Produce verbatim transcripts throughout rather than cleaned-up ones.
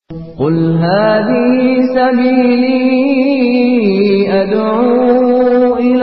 قل هذه سبيلي أدعو إلى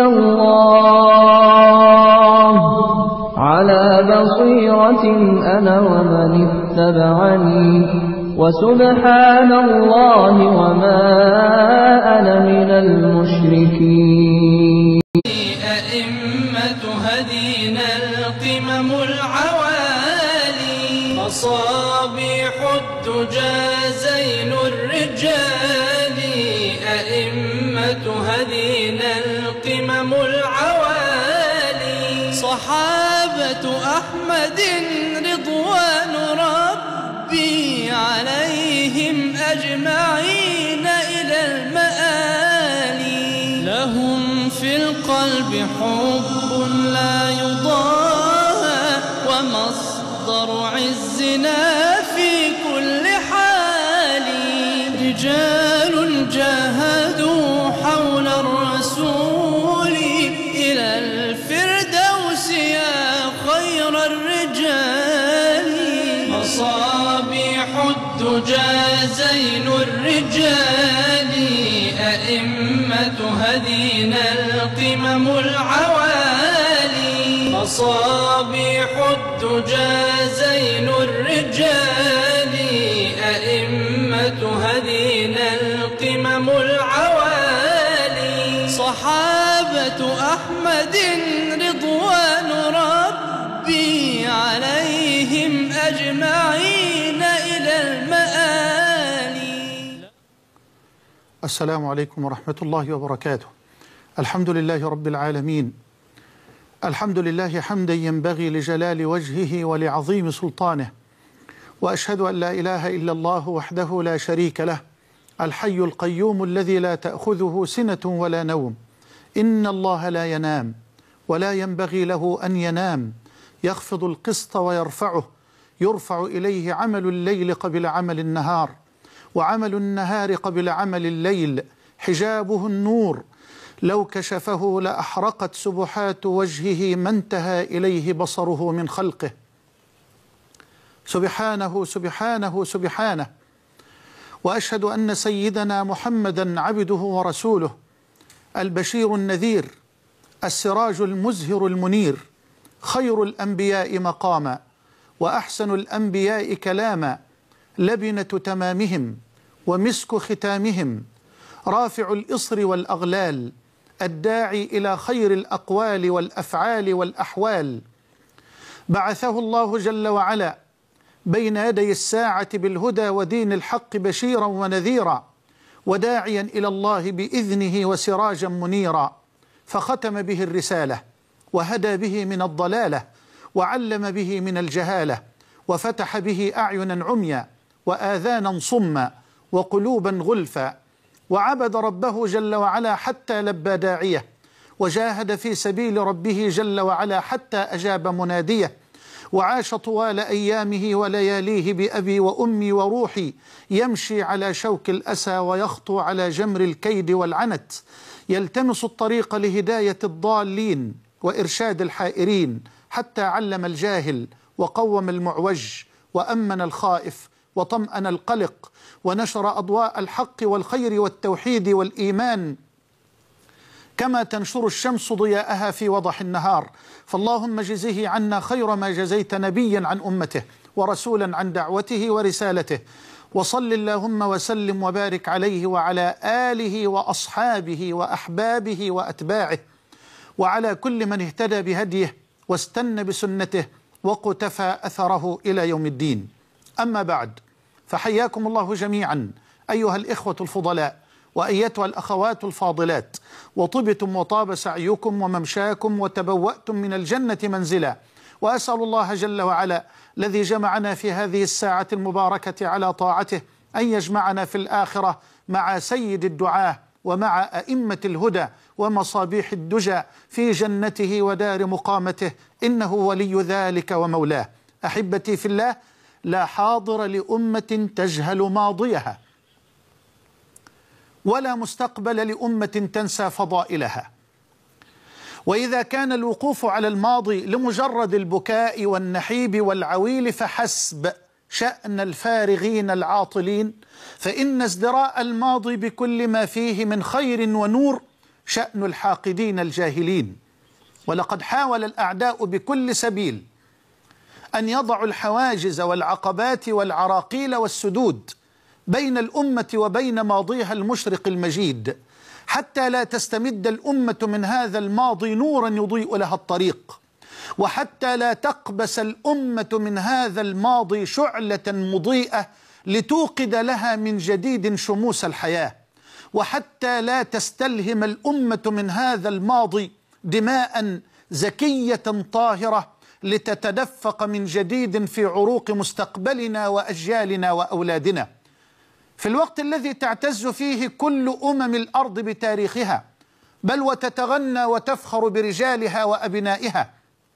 الله على بصيرة أنا ومن اتبعني وسبحان الله وما أنا من المشركين. أئمة هدينا القمم العوالي مصابيح الدجى زين الرجال. أئمة هدينا القمم العوالي صحابة أحمد رضوان ربي عليهم أجمعين إلى المآلي. لهم في القلب حب لا يضاهى ومصدر عزنا في كل حال. رجال جاهدوا حول الرسول إلى الفردوس يا خير الرجال. مصابيح الدجى زين الرجال. أئمة هدينا القمم العوالي مصابيح الدجى زين الرجال. أئمة هدينا القمم العوالي صحابة أحمد رضوان ربي عليهم أجمعين إلى المآلي. السلام عليكم ورحمة الله وبركاته. الحمد لله رب العالمين، الحمد لله حمدا ينبغي لجلال وجهه ولعظيم سلطانه، وأشهد أن لا إله إلا الله وحده لا شريك له الحي القيوم الذي لا تأخذه سنة ولا نوم. إن الله لا ينام ولا ينبغي له أن ينام، يخفض القسط ويرفعه، يرفع إليه عمل الليل قبل عمل النهار، وعمل النهار قبل عمل الليل، حجابه النور، لو كشفه لأحرقت سبحات وجهه ما انتهى إليه بصره من خلقه. سبحانه سبحانه سبحانه. وأشهد أن سيدنا محمدا عبده ورسوله، البشير النذير، السراج المزهر المنير، خير الأنبياء مقاما وأحسن الأنبياء كلاما، لبنة تمامهم ومسك ختامهم، رافع الإصر والأغلال، الداعي إلى خير الأقوال والأفعال والأحوال. بعثه الله جل وعلا بين يدي الساعة بالهدى ودين الحق بشيرا ونذيرا، وداعيا إلى الله بإذنه وسراجا منيرا، فختم به الرسالة وهدى به من الضلالة وعلم به من الجهالة، وفتح به أعينا عميا وآذانا صما وقلوبا غلفا، وعبد ربه جل وعلا حتى لبى داعيه، وجاهد في سبيل ربه جل وعلا حتى أجاب مناديه، وعاش طوال أيامه ولياليه بأبي وأمي وروحي، يمشي على شوك الأسى ويخطو على جمر الكيد والعنت، يلتمس الطريق لهداية الضالين وإرشاد الحائرين، حتى علم الجاهل وقوم المعوج وأمن الخائف وطمأن القلق، ونشر أضواء الحق والخير والتوحيد والإيمان كما تنشر الشمس ضياءها في وضح النهار. فاللهم جزه عنا خير ما جزيت نبيا عن أمته ورسولا عن دعوته ورسالته، وصل اللهم وسلم وبارك عليه وعلى آله وأصحابه وأحبابه وأتباعه، وعلى كل من اهتدى بهديه واستنى بسنته وقتفى أثره إلى يوم الدين. أما بعد، فحياكم الله جميعا أيها الإخوة الفضلاء وأيتها الأخوات الفاضلات، وطبتم وطاب سعيكم وممشاكم وتبوأتم من الجنة منزلا. وأسأل الله جل وعلا الذي جمعنا في هذه الساعة المباركة على طاعته أن يجمعنا في الآخرة مع سيد الدعاة ومع أئمة الهدى ومصابيح الدجى في جنته ودار مقامته، إنه ولي ذلك ومولاه. أحبتي في الله، لا حاضر لأمة تجهل ماضيها، ولا مستقبل لأمة تنسى فضائلها. وإذا كان الوقوف على الماضي لمجرد البكاء والنحيب والعويل فحسب، شأن الفارغين العاطلين، فإن ازدراء الماضي بكل ما فيه من خير ونور شأن الحاقدين الجاهلين. ولقد حاول الأعداء بكل سبيل أن يضعوا الحواجز والعقبات والعراقيل والسدود بين الأمة وبين ماضيها المشرق المجيد، حتى لا تستمد الأمة من هذا الماضي نورا يضيء لها الطريق، وحتى لا تقبس الأمة من هذا الماضي شعلة مضيئة لتوقد لها من جديد شموس الحياة، وحتى لا تستلهم الأمة من هذا الماضي دماء زكية طاهرة لتتدفق من جديد في عروق مستقبلنا وأجيالنا وأولادنا. في الوقت الذي تعتز فيه كل أمم الأرض بتاريخها، بل وتتغنى وتفخر برجالها وأبنائها،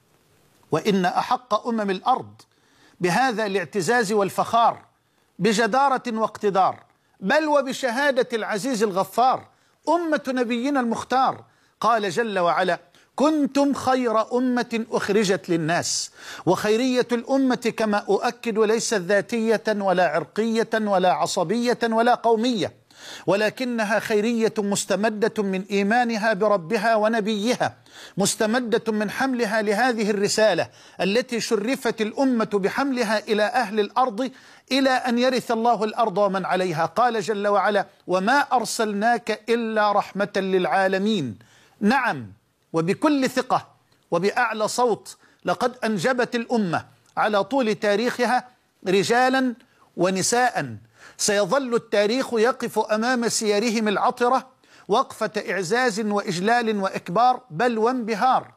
وإن أحق أمم الأرض بهذا الاعتزاز والفخار بجدارة واقتدار، بل وبشهادة العزيز الغفار أمة نبينا المختار. قال جل وعلا: كنتم خير أمة أخرجت للناس. وخيرية الأمة كما أؤكد ليست ذاتية ولا عرقية ولا عصبية ولا قومية، ولكنها خيرية مستمدة من إيمانها بربها ونبيها، مستمدة من حملها لهذه الرسالة التي شرفت الأمة بحملها إلى أهل الأرض إلى أن يرث الله الأرض ومن عليها. قال جل وعلا: وما أرسلناك إلا رحمة للعالمين. نعم، وبكل ثقة وبأعلى صوت لقد أنجبت الأمة على طول تاريخها رجالا ونساء سيظل التاريخ يقف أمام سيرهم العطرة وقفة إعزاز وإجلال وإكبار بل وانبهار.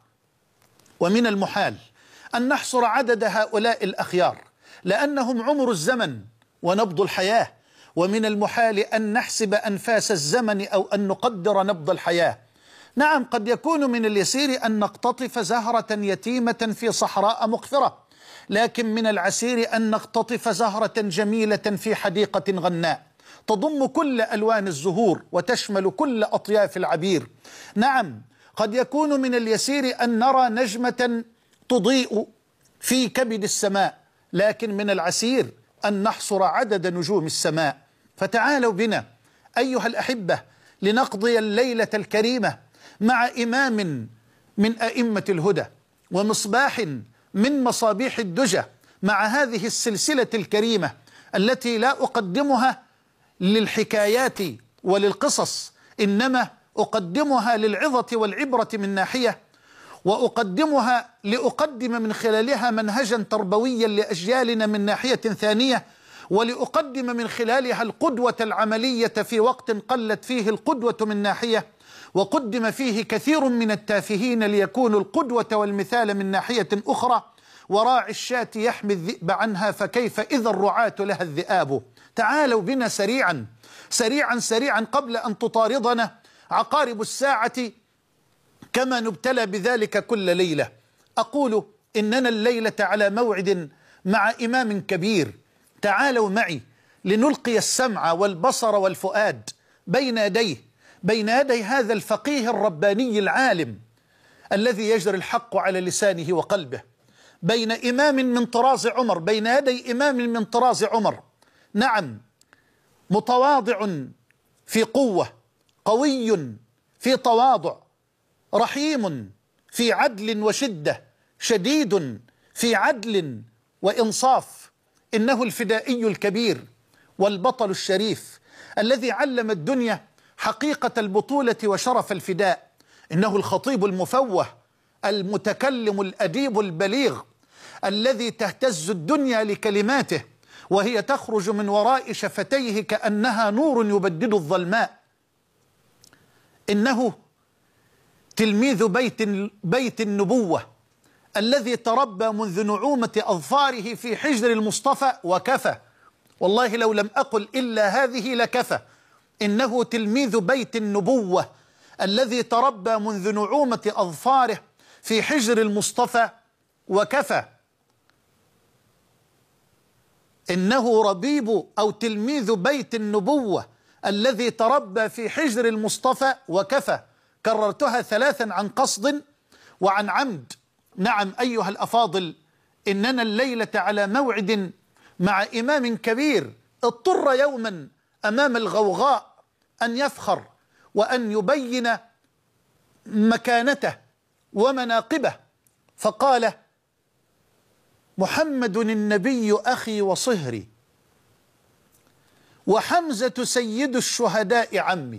ومن المحال أن نحصر عدد هؤلاء الأخيار لأنهم عمر الزمن ونبض الحياة، ومن المحال أن نحسب أنفاس الزمن أو أن نقدر نبض الحياة. نعم، قد يكون من اليسير أن نقتطف زهرة يتيمة في صحراء مقفرة، لكن من العسير أن نقتطف زهرة جميلة في حديقة غناء تضم كل ألوان الزهور وتشمل كل أطياف العبير. نعم، قد يكون من اليسير أن نرى نجمة تضيء في كبد السماء، لكن من العسير أن نحصر عدد نجوم السماء. فتعالوا بنا أيها الأحبة لنقضي الليلة الكريمة مع إمام من أئمة الهدى ومصباح من مصابيح الدجى، مع هذه السلسلة الكريمة التي لا أقدمها للحكايات وللقصص، إنما أقدمها للعظة والعبرة من ناحية، وأقدمها لأقدم من خلالها منهجا تربويا لأجيالنا من ناحية ثانية، ولأقدم من خلالها القدوة العملية في وقت قلت فيه القدوة من ناحية، وقدم فيه كثير من التافهين ليكونوا القدوة والمثال من ناحية أخرى. وراعي الشاة يحمي الذئب عنها فكيف إذا الرعاة لها الذئاب. تعالوا بنا سريعا سريعا سريعا قبل أن تطاردنا عقارب الساعة كما نبتلى بذلك كل ليلة. أقول إننا الليلة على موعد مع إمام كبير. تعالوا معي لنلقي السمع والبصر والفؤاد بين يديه، بين يدي هذا الفقيه الرباني العالم الذي يجري الحق على لسانه وقلبه، بين إمام من طراز عمر، بين يدي إمام من طراز عمر. نعم، متواضع في قوة، قوي في تواضع، رحيم في عدل وشدة، شديد في عدل وإنصاف. إنه الفدائي الكبير والبطل الشريف الذي علم الدنيا حقيقة البطولة وشرف الفداء. إنه الخطيب المفوه المتكلم الأديب البليغ الذي تهتز الدنيا لكلماته وهي تخرج من وراء شفتيه كأنها نور يبدد الظلماء. إنه تلميذ بيت, بيت النبوة الذي تربى منذ نعومة أظفاره في حجر المصطفى وكفى، والله لو لم أقل إلا هذه لكفى. إنه تلميذ بيت النبوة الذي تربى منذ نعومة أظفاره في حجر المصطفى وكفى. إنه ربيب أو تلميذ بيت النبوة الذي تربى في حجر المصطفى وكفى. كررتها ثلاثا عن قصد وعن عمد. نعم أيها الأفاضل، إننا الليلة على موعد مع إمام كبير اضطر يوما أمام الغوغاء أن يفخر وأن يبين مكانته ومناقبه، فقال: محمد النبي أخي وصهري، وحمزة سيد الشهداء عمي.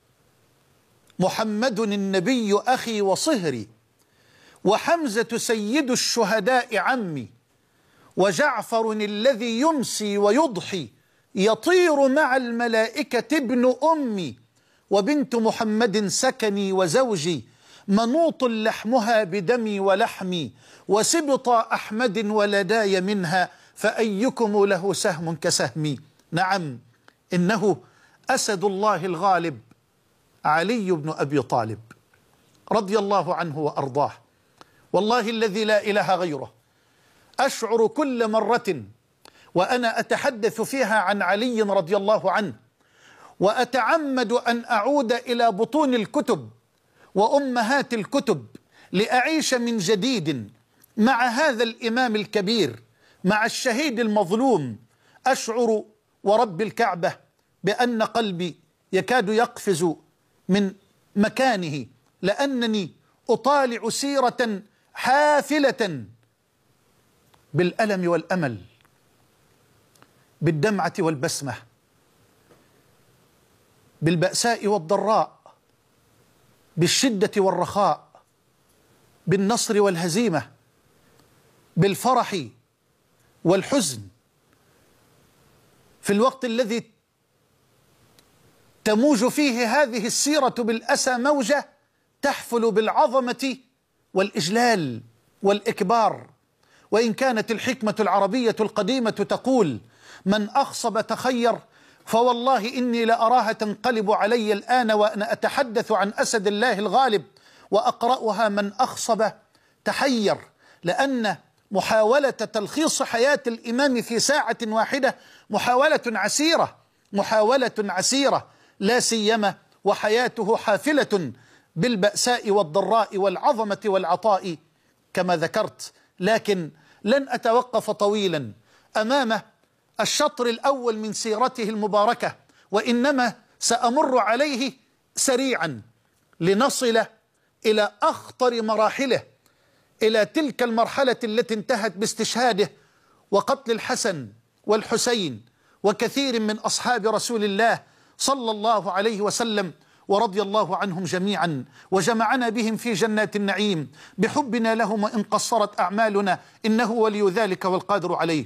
محمد النبي أخي وصهري، وحمزة سيد الشهداء عمي، وجعفر الذي يمسي ويضحي يطير مع الملائكة ابن أمي، وبنت محمد سكني وزوجي منوط لحمها بدمي ولحمي، وسبط أحمد ولداي منها، فأيكم له سهم كسهمي. نعم، إنه أسد الله الغالب علي بن أبي طالب رضي الله عنه وأرضاه. والله الذي لا إله غيره، أشعر كل مرة وأنا أتحدث فيها عن علي رضي الله عنه، وأتعمد أن أعود إلى بطون الكتب وأمهات الكتب لأعيش من جديد مع هذا الإمام الكبير، مع الشهيد المظلوم. أشعر ورب الكعبة بأن قلبي يكاد يقفز من مكانه، لأنني أطالع سيرة حافلة بالألم والأمل، بالدمعة والبسمة، بالبأساء والضراء، بالشدة والرخاء، بالنصر والهزيمة، بالفرح والحزن، في الوقت الذي تموج فيه هذه السيرة بالأسى موجة تحفل بالعظمة والإجلال والإكبار. وإن كانت الحكمة العربية القديمة تقول: من أخصب تخير، فوالله إني لأراها تنقلب علي الآن وأنا أتحدث عن أسد الله الغالب وأقرأها: من أخصب تحير، لأن محاولة تلخيص حياة الإمام في ساعة واحدة محاولة عسيرة، محاولة عسيرة، لا سيما وحياته حافلة بالبأساء والضراء والعظمة والعطاء كما ذكرت. لكن لن أتوقف طويلا أمام الشطر الأول من سيرته المباركة، وإنما سأمر عليه سريعا لنصل إلى أخطر مراحله، إلى تلك المرحلة التي انتهت باستشهاده وقتل الحسن والحسين وكثير من أصحاب رسول الله صلى الله عليه وسلم، ورضي الله عنهم جميعا، وجمعنا بهم في جنات النعيم بحبنا لهم وإن قصرت أعمالنا، إنه ولي ذلك والقادر عليه.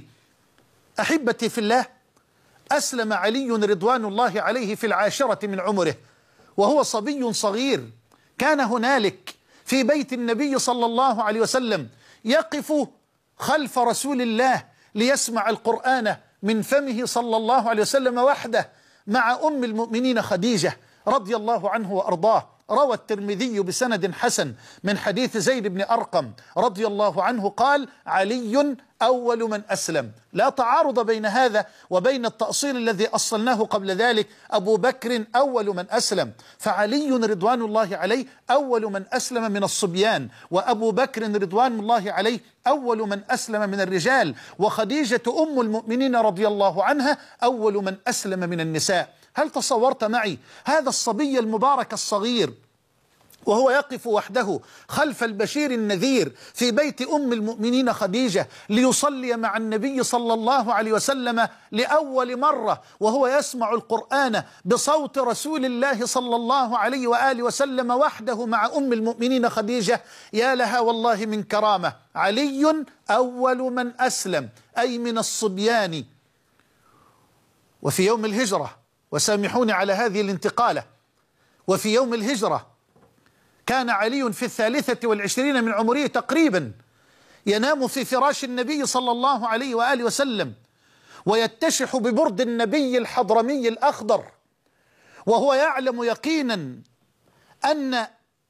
أحبتي في الله، أسلم علي رضوان الله عليه في العاشرة من عمره وهو صبي صغير، كان هنالك في بيت النبي صلى الله عليه وسلم يقف خلف رسول الله ليسمع القرآن من فمه صلى الله عليه وسلم وحده مع أم المؤمنين خديجة رضي الله عنه وأرضاه. روى الترمذي بسند حسن من حديث زيد بن أرقم رضي الله عنه قال: علي أول من أسلم. لا تعارض بين هذا وبين التأصيل الذي أصلناه قبل ذلك: أبو بكر أول من أسلم، فعلي رضوان الله عليه أول من أسلم من الصبيان، وأبو بكر رضوان الله عليه أول من أسلم من الرجال، وخديجة أم المؤمنين رضي الله عنها أول من أسلم من النساء. هل تصورت معي هذا الصبي المبارك الصغير وهو يقف وحده خلف البشير النذير في بيت أم المؤمنين خديجة ليصلي مع النبي صلى الله عليه وسلم لأول مرة، وهو يسمع القرآن بصوت رسول الله صلى الله عليه وآله وسلم وحده مع أم المؤمنين خديجة؟ يا لها والله من كرامة. علي أول من أسلم، أي من الصبيان. وفي يوم الهجرة، وسامحوني على هذه الانتقالة، وفي يوم الهجرة كان علي في الثالثة والعشرين من عمره تقريبا، ينام في فراش النبي صلى الله عليه وآله وسلم ويتشح ببرد النبي الحضرمي الأخضر، وهو يعلم يقينا أن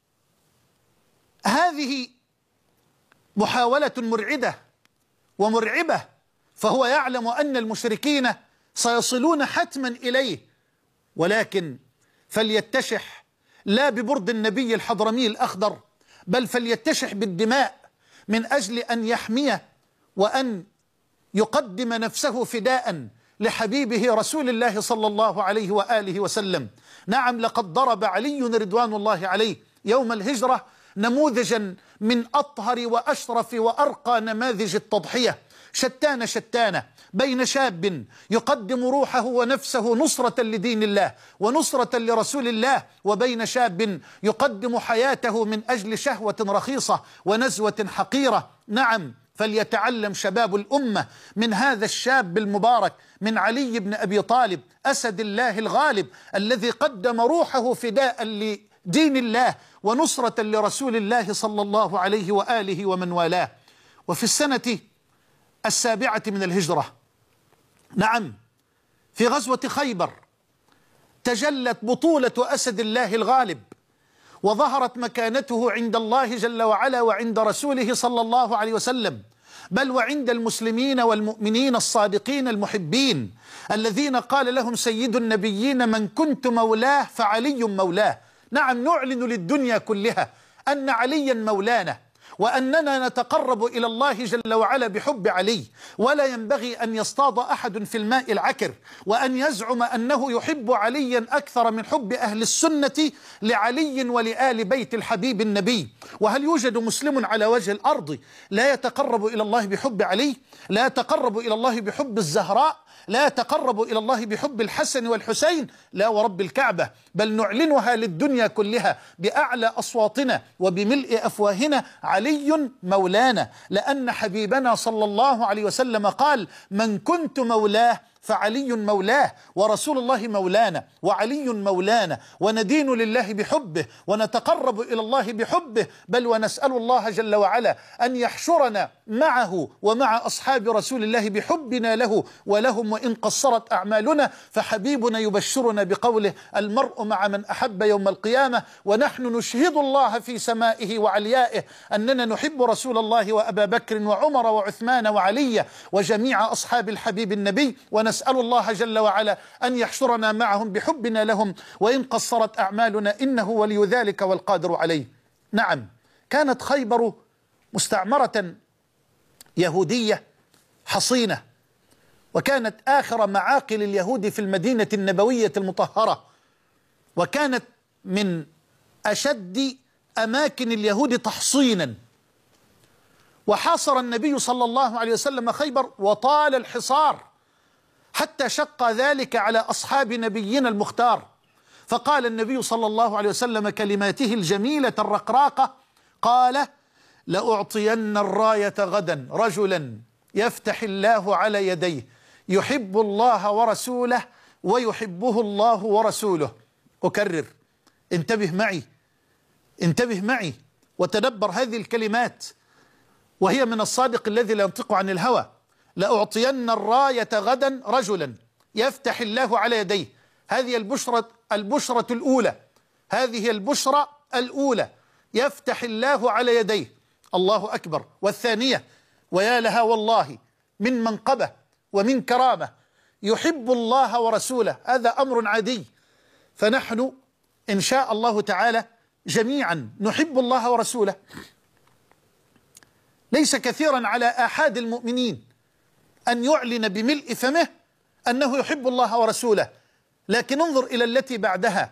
هذه محاولة مرعدة ومرعبة، فهو يعلم أن المشركين سيصلون حتما إليه، ولكن فليتشح لا ببرد النبي الحضرمي الأخضر، بل فليتشح بالدماء من أجل أن يحمي وأن يقدم نفسه فداء لحبيبه رسول الله صلى الله عليه وآله وسلم. نعم، لقد ضرب علي رضوان الله عليه يوم الهجرة نموذجا من أطهر وأشرف وأرقى نماذج التضحية، شتان شتان بين شاب يقدم روحه ونفسه نصرة لدين الله ونصرة لرسول الله، وبين شاب يقدم حياته من أجل شهوة رخيصة ونزوة حقيرة. نعم، فليتعلم شباب الأمة من هذا الشاب المبارك، من علي بن أبي طالب أسد الله الغالب، الذي قدم روحه فداء لدين الله ونصرة لرسول الله صلى الله عليه وآله ومن والاه. وفي السنة السابعة من الهجرة، نعم، في غزوة خيبر تجلت بطولة أسد الله الغالب، وظهرت مكانته عند الله جل وعلا وعند رسوله صلى الله عليه وسلم، بل وعند المسلمين والمؤمنين الصادقين المحبين الذين قال لهم سيد النبيين: من كنت مولاه فعلي مولاه. نعم، نعلن للدنيا كلها أن عليا مولانا، وأننا نتقرب إلى الله جل وعلا بحب علي، ولا ينبغي أن يصطاد أحد في الماء العكر وأن يزعم أنه يحب عليا أكثر من حب أهل السنة لعلي ولآل بيت الحبيب النبي. وهل يوجد مسلم على وجه الأرض لا يتقرب إلى الله بحب علي؟ لا يتقرب إلى الله بحب الزهراء؟ لا يتقرب إلى الله بحب الحسن والحسين؟ لا ورب الكعبة، بل نعلنها للدنيا كلها بأعلى أصواتنا وبملء أفواهنا: علي مولانا، لأن حبيبنا صلى الله عليه وسلم قال: من كنت مولاه فعلي مولاه، ورسول الله مولانا وعلي مولانا، وندين لله بحبه ونتقرب إلى الله بحبه، بل ونسأل الله جل وعلا أن يحشرنا معه ومع أصحاب رسول الله بحبنا له ولهم، وإن قصرت أعمالنا. فحبيبنا يبشرنا بقوله: المرء مع من أحب يوم القيامة. ونحن نشهد الله في سمائه وعليائه أننا نحب رسول الله وأبا بكر وعمر وعثمان وعلي وجميع أصحاب الحبيب النبي، ونسأل نسأل الله جل وعلا أن يحشرنا معهم بحبنا لهم، وإن قصرت أعمالنا إنه ولي ذلك والقادر عليه. نعم، كانت خيبر مستعمرة يهودية حصينة، وكانت آخر معاقل اليهود في المدينة النبوية المطهرة، وكانت من أشد أماكن اليهود تحصينا. وحاصر النبي صلى الله عليه وسلم خيبر وطال الحصار حتى شق ذلك على أصحاب نبينا المختار، فقال النبي صلى الله عليه وسلم كلماته الجميلة الرقراقة، قال: لأعطين الراية غدا رجلا يفتح الله على يديه يحب الله ورسوله ويحبه الله ورسوله. أكرر، انتبه معي انتبه معي وتدبر هذه الكلمات، وهي من الصادق الذي لا ينطق عن الهوى. لأعطين الراية غدا رجلا يفتح الله على يديه. هذه البشرة البشرة الأولى هذه البشرة الأولى يفتح الله على يديه، الله أكبر. والثانية، ويا لها والله من منقبة ومن كرامة، يحب الله ورسوله. هذا أمر عادي، فنحن إن شاء الله تعالى جميعا نحب الله ورسوله. ليس كثيرا على آحاد المؤمنين أن يعلن بملء فمه أنه يحب الله ورسوله، لكن انظر إلى التي بعدها: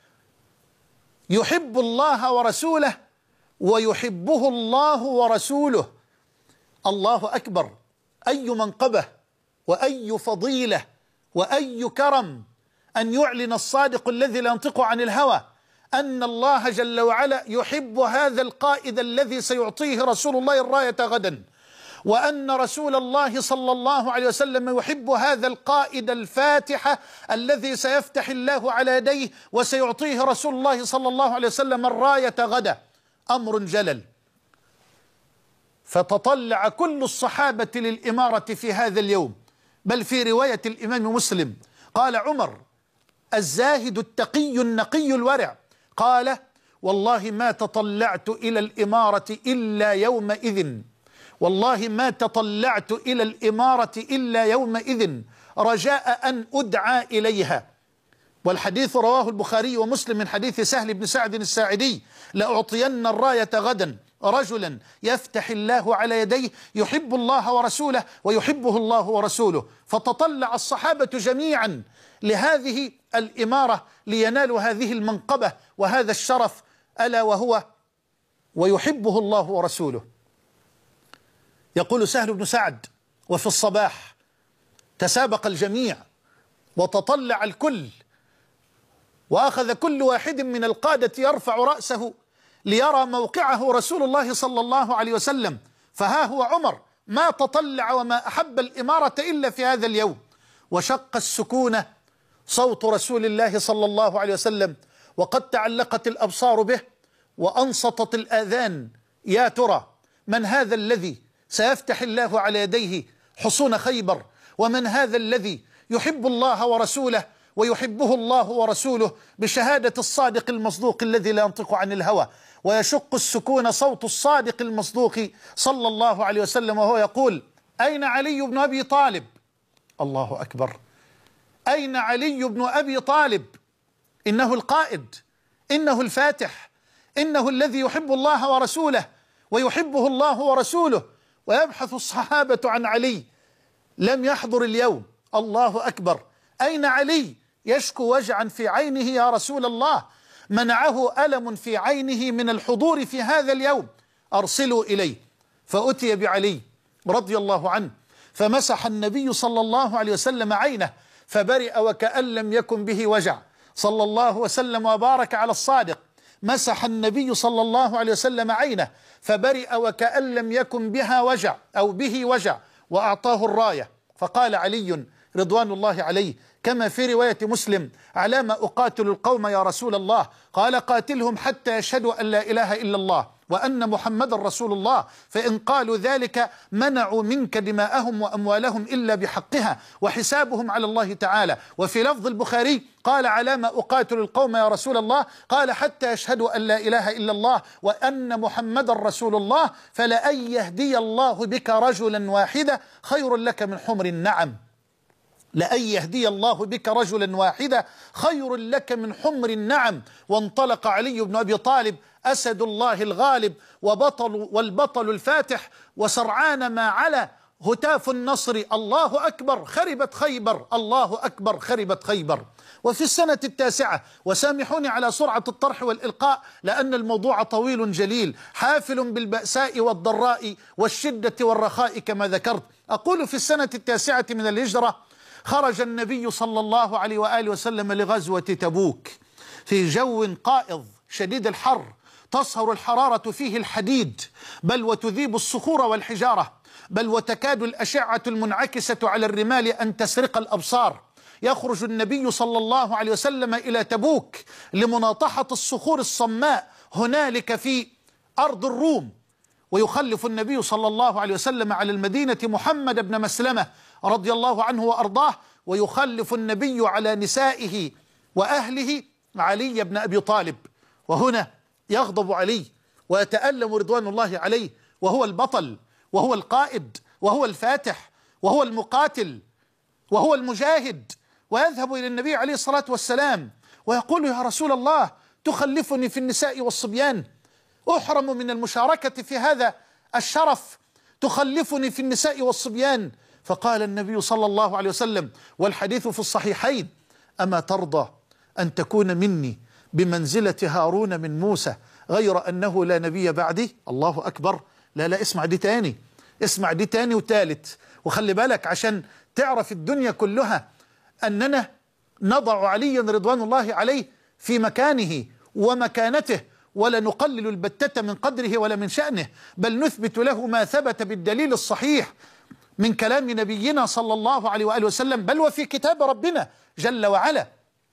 يحب الله ورسوله ويحبه الله ورسوله. الله أكبر، أي منقبة وأي فضيلة وأي كرم أن يعلن الصادق الذي لا ينطق عن الهوى أن الله جل وعلا يحب هذا القائد الذي سيعطيه رسول الله الراية غدا، وأن رسول الله صلى الله عليه وسلم يحب هذا القائد الفاتح الذي سيفتح الله على يديه وسيعطيه رسول الله صلى الله عليه وسلم الراية غدا. أمر جلل. فتطلع كل الصحابة للإمارة في هذا اليوم، بل في رواية الإمام مسلم قال عمر الزاهد التقي النقي الورع، قال: والله ما تطلعت إلى الإمارة إلا يومئذ والله ما تطلعت إلى الإمارة إلا يومئذ رجاء أن أدعى إليها. والحديث رواه البخاري ومسلم من حديث سهل بن سعد الساعدي: لأعطين الراية غدا رجلا يفتح الله على يديه يحب الله ورسوله ويحبه الله ورسوله. فتطلع الصحابة جميعا لهذه الإمارة لينالوا هذه المنقبة وهذا الشرف، ألا وهو ويحبه الله ورسوله. يقول سهل بن سعد: وفي الصباح تسابق الجميع وتطلع الكل، وأخذ كل واحد من القادة يرفع رأسه ليرى موقعه رسول الله صلى الله عليه وسلم. فها هو عمر ما تطلع وما أحب الإمارة إلا في هذا اليوم. وشق السكونة صوت رسول الله صلى الله عليه وسلم، وقد تعلقت الأبصار به وأنصتت الآذان. يا ترى من هذا الذي سيفتح الله على يديه حصون خيبر؟ ومن هذا الذي يحب الله ورسوله ويحبه الله ورسوله بشهادة الصادق المصدوق الذي لا ينطق عن الهوى؟ ويشق السكون صوت الصادق المصدوق صلى الله عليه وسلم وهو يقول: أين علي بن أبي طالب؟ الله أكبر. أين علي بن أبي طالب؟ إنه القائد، إنه الفاتح، إنه الذي يحب الله ورسوله ويحبه الله ورسوله. ويبحث الصحابة عن علي، لم يحضر اليوم. الله أكبر. أين علي؟ يشكو وجعا في عينه يا رسول الله، منعه ألم في عينه من الحضور في هذا اليوم، أرسلوا إليه. فأتي بعلي رضي الله عنه، فمسح النبي صلى الله عليه وسلم عينه فبرئ وكأن لم يكن به وجع. صلى الله وسلم وبارك على الصادق. مسح النبي صلى الله عليه وسلم عينه فبرئ وكأن لم يكن بها وجع أو به وجع، وأعطاه الراية. فقال علي رضوان الله عليه كما في رواية مسلم: على ما أقاتل القوم يا رسول الله؟ قال: قاتلهم حتى يشهدوا أن لا إله إلا الله وأن محمد رسول الله، فإن قالوا ذلك منعوا منك دماءهم وأموالهم إلا بحقها وحسابهم على الله تعالى. وفي لفظ البخاري قال: على ما أقاتل القوم يا رسول الله؟ قال: حتى يشهدوا أن لا إله إلا الله وأن محمد رسول الله، فلأن يهدي الله بك رجلا واحدا خير لك من حمر النعم. لأن يهدي الله بك رجلا واحدا خير لك من حمر النعم. وانطلق علي بن أبي طالب أسد الله الغالب وبطل والبطل الفاتح، وسرعان ما على هتاف النصر: الله أكبر خربت خيبر، الله أكبر خربت خيبر. وفي السنة التاسعة، وسامحوني على سرعة الطرح والإلقاء لأن الموضوع طويل جليل حافل بالبأساء والضراء والشدة والرخاء كما ذكرت. أقول في السنة التاسعة من الهجرة خرج النبي صلى الله عليه وآله وسلم لغزوة تبوك في جو قائض شديد الحر، تصهر الحرارة فيه الحديد، بل وتذيب الصخور والحجارة، بل وتكاد الأشعة المنعكسة على الرمال أن تسرق الأبصار. يخرج النبي صلى الله عليه وسلم إلى تبوك لمناطحة الصخور الصماء هنالك في أرض الروم، ويخلف النبي صلى الله عليه وسلم على المدينة محمد بن مسلمة رضي الله عنه وأرضاه، ويخلف النبي على نسائه وأهله علي بن أبي طالب. وهنا يغضب علي ويتألم رضوان الله عليه، وهو البطل وهو القائد وهو الفاتح وهو المقاتل وهو المجاهد، ويذهب إلى النبي عليه الصلاة والسلام ويقول: يا رسول الله، تخلفني في النساء والصبيان، أحرم من المشاركة في هذا الشرف، تخلفني في النساء والصبيان. فقال النبي صلى الله عليه وسلم، والحديث في الصحيحين: أما ترضى أن تكون مني بمنزلة هارون من موسى غير أنه لا نبي بعدي؟ الله أكبر. لا لا اسمع دي تاني، اسمع دي تاني وتالت، وخلي بالك عشان تعرف الدنيا كلها أننا نضع عليا رضوان الله عليه في مكانه ومكانته، ولا نقلل البتة من قدره ولا من شأنه، بل نثبت له ما ثبت بالدليل الصحيح من كلام نبينا صلى الله عليه وآله وسلم، بل وفي كتاب ربنا جل وعلا.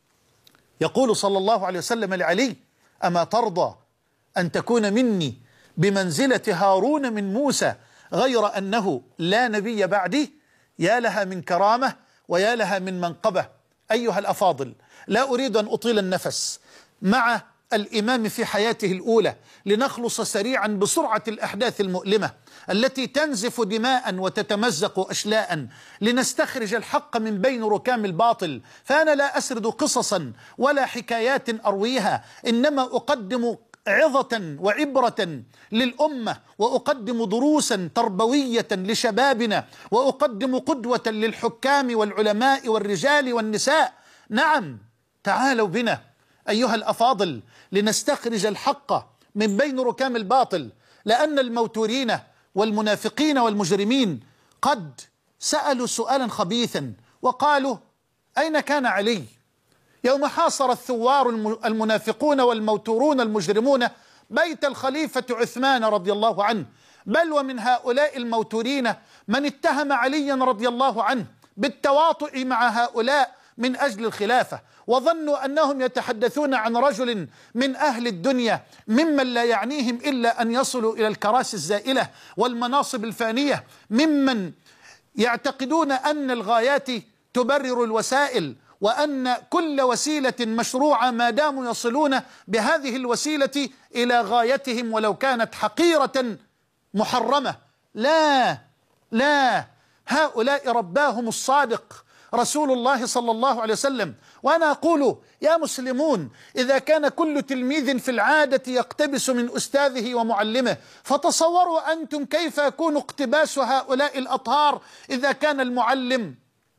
يقول صلى الله عليه وسلم لعلي: أما ترضى أن تكون مني بمنزلة هارون من موسى غير أنه لا نبي بعدي؟ يا لها من كرامة ويا لها من منقبة. أيها الأفاضل، لا أريد أن أطيل النفس مع الإمام في حياته الأولى، لنخلص سريعا بسرعة الأحداث المؤلمة التي تنزف دماء وتتمزق أشلاء، لنستخرج الحق من بين ركام الباطل. فأنا لا أسرد قصصا ولا حكايات أرويها، إنما أقدم عظة وعبرة للأمة، وأقدم دروسا تربوية لشبابنا، وأقدم قدوة للحكام والعلماء والرجال والنساء. نعم، تعالوا بنا أيها الأفاضل لنستخرج الحق من بين ركام الباطل، لأن الموتورين والمنافقين والمجرمين قد سألوا سؤالا خبيثا وقالوا: أين كان علي يوم حاصر الثوار المنافقون والموتورون المجرمون بيت الخليفة عثمان رضي الله عنه؟ بل ومن هؤلاء الموتورين من اتهم عليا رضي الله عنه بالتواطؤ مع هؤلاء من أجل الخلافة، وظنوا أنهم يتحدثون عن رجل من أهل الدنيا ممن لا يعنيهم إلا أن يصلوا إلى الكراسي الزائلة والمناصب الفانية، ممن يعتقدون أن الغايات تبرر الوسائل، وأن كل وسيلة مشروعة ما داموا يصلون بهذه الوسيلة إلى غايتهم ولو كانت حقيرة محرمة. لا لا، هؤلاء رباهم الصادق رسول الله صلى الله عليه وسلم. وأنا أقول يا مسلمون، إذا كان كل تلميذ في العادة يقتبس من أستاذه ومعلمه، فتصوروا أنتم كيف يكون اقتباس هؤلاء الأطهار إذا كان المعلم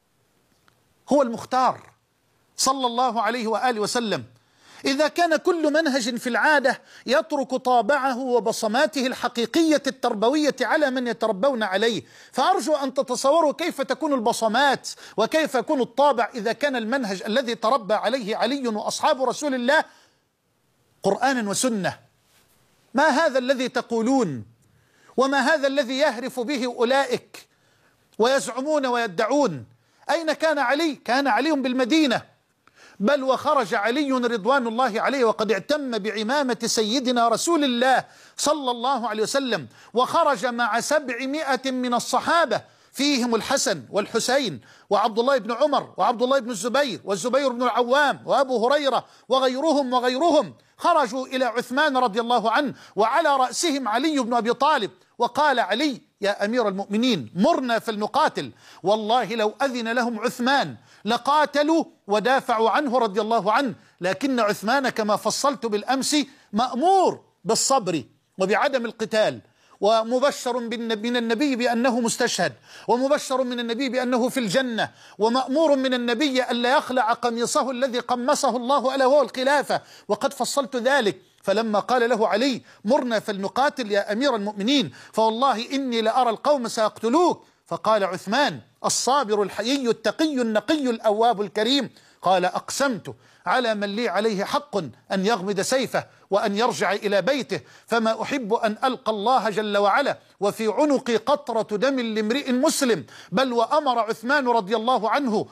هو المختار صلى الله عليه وآله وسلم. إذا كان كل منهج في العادة يترك طابعه وبصماته الحقيقية التربوية على من يتربون عليه، فأرجو أن تتصوروا كيف تكون البصمات وكيف يكون الطابع إذا كان المنهج الذي تربى عليه علي وأصحاب رسول الله قرآن وسنة. ما هذا الذي تقولون؟ وما هذا الذي يهرف به أولئك ويزعمون ويدعون؟ أين كان علي؟ كان علي بالمدينة، بل وخرج علي رضوان الله عليه وقد اعتم بعمامة سيدنا رسول الله صلى الله عليه وسلم، وخرج مع سبعمائة من الصحابة فيهم الحسن والحسين وعبد الله بن عمر وعبد الله بن الزبير والزبير بن العوام وأبو هريرة وغيرهم وغيرهم، خرجوا إلى عثمان رضي الله عنه وعلى رأسهم علي بن أبي طالب. وقال علي: يا أمير المؤمنين مرنا فلنقاتل، والله لو أذن لهم عثمان لقاتلوا ودافعوا عنه رضي الله عنه، لكن عثمان كما فصلت بالأمس مأمور بالصبر وبعدم القتال، ومبشر من النبي بأنه مستشهد، ومبشر من النبي بأنه في الجنة، ومأمور من النبي ألا يخلع قميصه الذي قمصه الله ألا وهو الخلافة، وقد فصلت ذلك. فلما قال له علي: مرنا فلنقاتل يا أمير المؤمنين، فوالله إني لأرى القوم سيقتلوك، فقال عثمان الصابر الحيي التقي النقي الأواب الكريم: قال: أقسمت على من لي عليه حق أن يغمد سيفه وأن يرجع إلى بيته، فما أحب أن ألقى الله جل وعلا وفي عنقي قطرة دم لامرئ مسلم. بل وأمر عثمان رضي الله عنه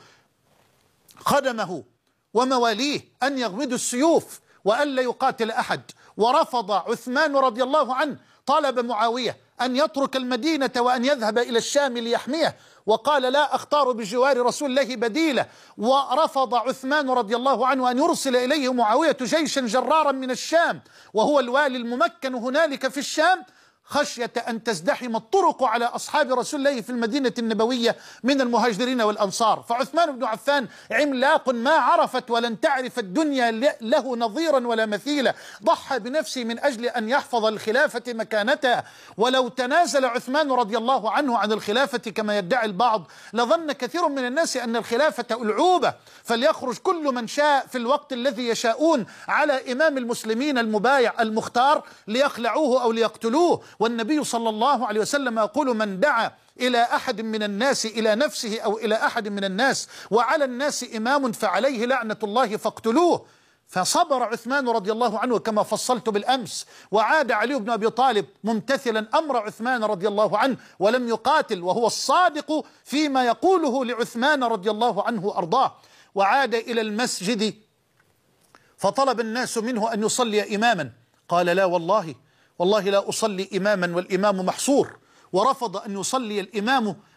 خدمه ومواليه أن يغمدوا السيوف وألا يقاتل أحد. ورفض عثمان رضي الله عنه طلب معاوية أن يترك المدينة وأن يذهب إلى الشام ليحميه، وقال: لا أختار بجوار رسول الله بديلا. ورفض عثمان رضي الله عنه أن يرسل إليه معاوية جيشا جرارا من الشام، وهو الوالي الممكن هنالك في الشام، خشية أن تزدحم الطرق على أصحاب رسول الله في المدينة النبوية من المهاجرين والأنصار. فعثمان بن عفان عملاق ما عرفت ولن تعرف الدنيا له نظيرا ولا مثيلا، ضحى بنفسه من أجل أن يحفظ الخلافة مكانتها. ولو تنازل عثمان رضي الله عنه عن الخلافة كما يدعي البعض لظن كثير من الناس أن الخلافة ألعوبة، فليخرج كل من شاء في الوقت الذي يشاءون على إمام المسلمين المبايع المختار ليخلعوه أو ليقتلوه. والنبي صلى الله عليه وسلم يقول: من دعا إلى أحد من الناس إلى نفسه أو إلى أحد من الناس وعلى الناس إمام فعليه لعنة الله فاقتلوه. فصبر عثمان رضي الله عنه كما فصلت بالأمس، وعاد علي بن أبي طالب ممتثلا أمر عثمان رضي الله عنه ولم يقاتل، وهو الصادق فيما يقوله لعثمان رضي الله عنه وأرضاه. وعاد إلى المسجد فطلب الناس منه أن يصلي إماما، قال: لا والله والله لا أصلي إماما والإمام محصور. ورفض أن يصلي الإمام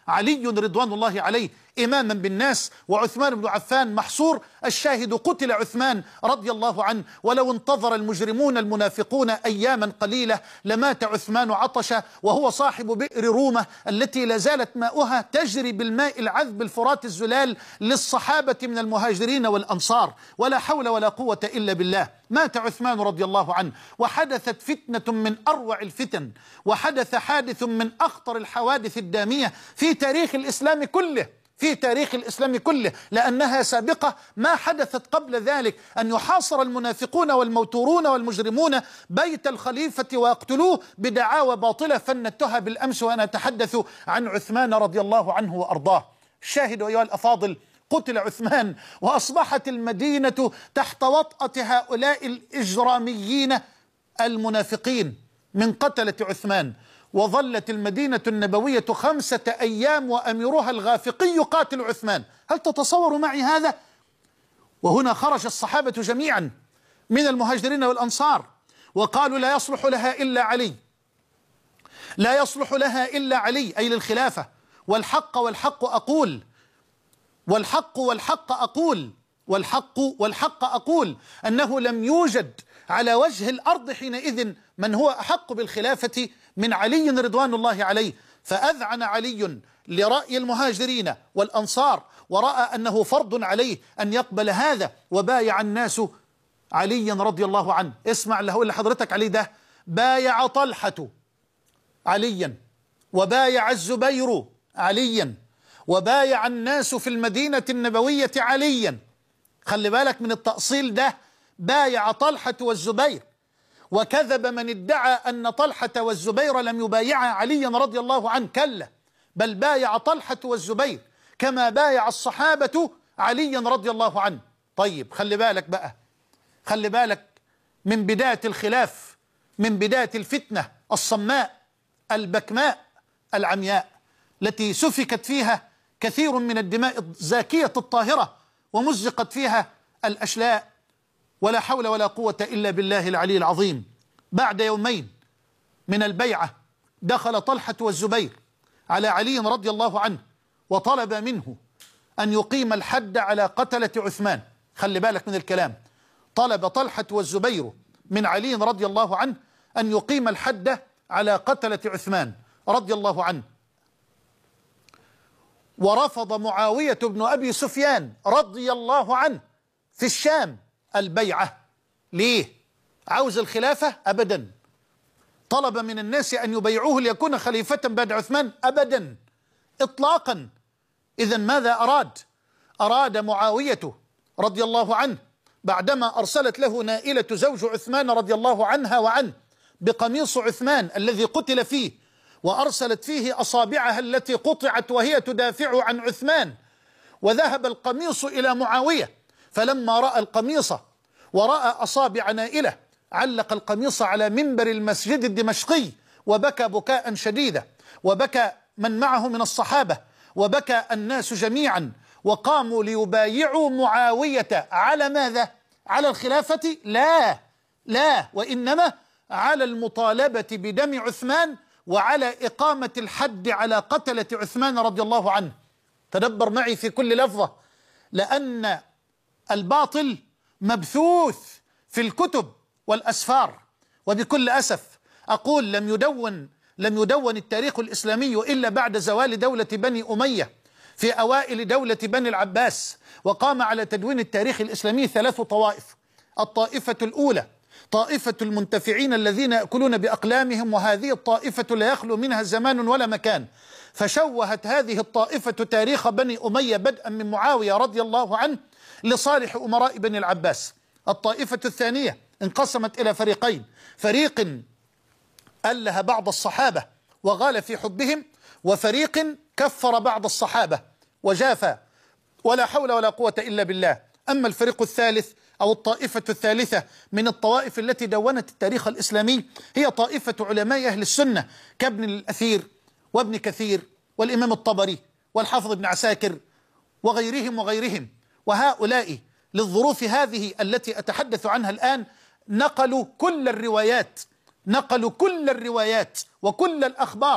علي رضوان الله عليه إماما بالناس وعثمان بن عفان محصور. الشاهد قتل عثمان رضي الله عنه، ولو انتظر المجرمون المنافقون أياما قليلة لمات عثمان عطشا، وهو صاحب بئر رومة التي لا زالت ماؤها تجري بالماء العذب الفرات الزلال للصحابة من المهاجرين والأنصار، ولا حول ولا قوة إلا بالله. مات عثمان رضي الله عنه، وحدثت فتنة من أروع الفتن، وحدث حادث من أخطر الحوادث الدامية في تاريخ الإسلام كله، في تاريخ الإسلام كله، لأنها سابقة ما حدثت قبل ذلك، أن يحاصر المنافقون والموتورون والمجرمون بيت الخليفة ويقتلوه بدعاوى باطلة فندتها بالأمس وأنا أتحدث عن عثمان رضي الله عنه وأرضاه. الشاهد أيها الأفاضل، قتل عثمان وأصبحت المدينة تحت وطأة هؤلاء الإجراميين المنافقين من قتلة عثمان، وظلت المدينة النبوية خمسة أيام وأميرها الغافقي يقاتل عثمان. هل تتصور معي هذا؟ وهنا خرج الصحابة جميعا من المهاجرين والأنصار وقالوا لا يصلح لها إلا علي، لا يصلح لها إلا علي، أي للخلافة. والحق والحق أقول، والحق والحق أقول، والحق والحق أقول أنه لم يوجد على وجه الأرض حينئذ من هو أحق بالخلافة من علي رضوان الله عليه. فأذعن علي لرأي المهاجرين والأنصار، ورأى أنه فرض عليه أن يقبل هذا، وبايع الناس علي رضي الله عنه. اسمع اللي هقول لحضرتك عليه ده، بايع طلحة عليا، وبايع الزبير عليا، وبايع الناس في المدينة النبوية عليا. خلي بالك من التأصيل ده، بايع طلحة والزبير، وكذب من ادعى أن طلحة والزبير لم يبايعا عليا رضي الله عنه، كلا، بل بايع طلحة والزبير كما بايع الصحابة عليا رضي الله عنه. طيب خلي بالك بقى، خلي بالك من بداية الخلاف، من بداية الفتنة الصماء البكماء العمياء التي سفكت فيها كثير من الدماء الزاكية الطاهرة ومزقت فيها الأشلاء، ولا حول ولا قوة إلا بالله العلي العظيم. بعد يومين من البيعة دخل طلحة والزبير على علي رضي الله عنه وطلب منه أن يقيم الحد على قتلة عثمان. خلي بالك من الكلام، طلب طلحة والزبير من علي رضي الله عنه أن يقيم الحد على قتلة عثمان رضي الله عنه. ورفض معاوية بن أبي سفيان رضي الله عنه في الشام البيعة. ليه؟ عاوز الخلافة؟ أبدا. طلب من الناس أن يبيعوه ليكون خليفة بعد عثمان؟ أبدا إطلاقا. إذن ماذا أراد؟ أراد معاوية رضي الله عنه بعدما أرسلت له نائلة زوج عثمان رضي الله عنها وعنه بقميص عثمان الذي قتل فيه، وأرسلت فيه أصابعها التي قطعت وهي تدافع عن عثمان، وذهب القميص إلى معاوية، فلما رأى القميص ورأى أصابع نائلة علق القميص على منبر المسجد الدمشقي وبكى بكاء شديدا، وبكى من معه من الصحابة، وبكى الناس جميعا، وقاموا ليبايعوا معاوية على ماذا؟ على الخلافة؟ لا لا، وإنما على المطالبة بدم عثمان وعلى إقامة الحد على قتلة عثمان رضي الله عنه. تدبر معي في كل لفظة، لأن الباطل مبثوث في الكتب والأسفار، وبكل أسف أقول لم يدون لم يدون التاريخ الإسلامي إلا بعد زوال دولة بني أمية في أوائل دولة بني العباس، وقام على تدوين التاريخ الإسلامي ثلاث طوائف. الطائفة الأولى طائفة المنتفعين الذين يأكلون بأقلامهم، وهذه الطائفة لا يخلو منها زمان ولا مكان، فشوهت هذه الطائفة تاريخ بني أمية بدءا من معاوية رضي الله عنه لصالح أمراء بني العباس. الطائفة الثانية انقسمت إلى فريقين، فريق أله بعض الصحابة وغال في حبهم، وفريق كفر بعض الصحابة وجافى، ولا حول ولا قوة إلا بالله. أما الفريق الثالث أو الطائفة الثالثة من الطوائف التي دونت التاريخ الإسلامي هي طائفة علماء أهل السنة كابن الأثير وابن كثير والإمام الطبري والحافظ ابن عساكر وغيرهم وغيرهم. وهؤلاء للظروف هذه التي أتحدث عنها الآن نقلوا كل الروايات، نقلوا كل الروايات وكل الأخبار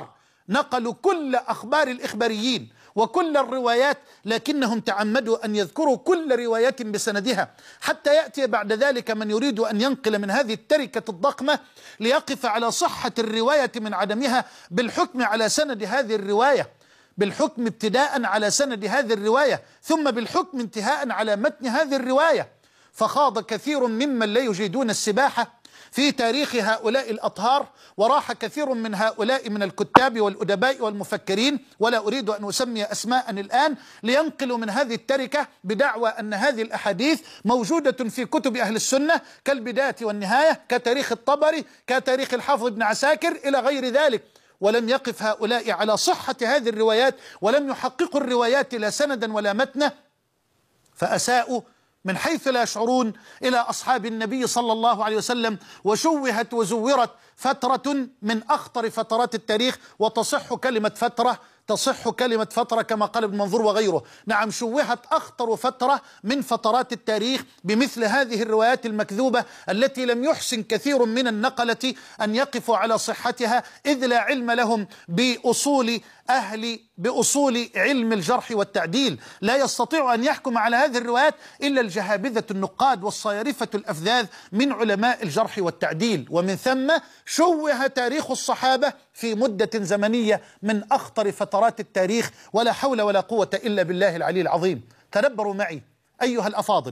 نقلوا كل أخبار الإخباريين وكل الروايات، لكنهم تعمدوا أن يذكروا كل رواية بسندها، حتى يأتي بعد ذلك من يريد أن ينقل من هذه التركة الضخمة ليقف على صحة الرواية من عدمها بالحكم على سند هذه الرواية، بالحكم ابتداء على سند هذه الرواية، ثم بالحكم انتهاء على متن هذه الرواية. فخاض كثير ممن لا يجيدون السباحة في تاريخ هؤلاء الأطهار، وراح كثير من هؤلاء من الكتاب والأدباء والمفكرين، ولا أريد أن أسمي أسماء الآن، لينقلوا من هذه التركة بدعوى أن هذه الأحاديث موجودة في كتب أهل السنة كالبداية والنهاية، كتاريخ الطبري، كتاريخ الحافظ ابن عساكر إلى غير ذلك. ولم يقف هؤلاء على صحة هذه الروايات، ولم يحققوا الروايات لا سندا ولا متنا، فأساءوا من حيث لا يشعرون إلى أصحاب النبي صلى الله عليه وسلم، وشوهت وزورت فترة من أخطر فترات التاريخ. وتصح كلمة فترة، تصح كلمة فترة كما قال ابن منظور وغيره، نعم شوهت أخطر فترة من فترات التاريخ بمثل هذه الروايات المكذوبة التي لم يحسن كثير من النقلة أن يقفوا على صحتها، إذ لا علم لهم بأصول أهل بأصول علم الجرح والتعديل. لا يستطيع أن يحكم على هذه الروايات إلا الجهابذة النقاد والصيارفة الأفذاذ من علماء الجرح والتعديل، ومن ثم شوه تاريخ الصحابة في مدة زمنية من أخطر فترات التاريخ، ولا حول ولا قوة إلا بالله العلي العظيم. تدبروا معي أيها الأفاضل،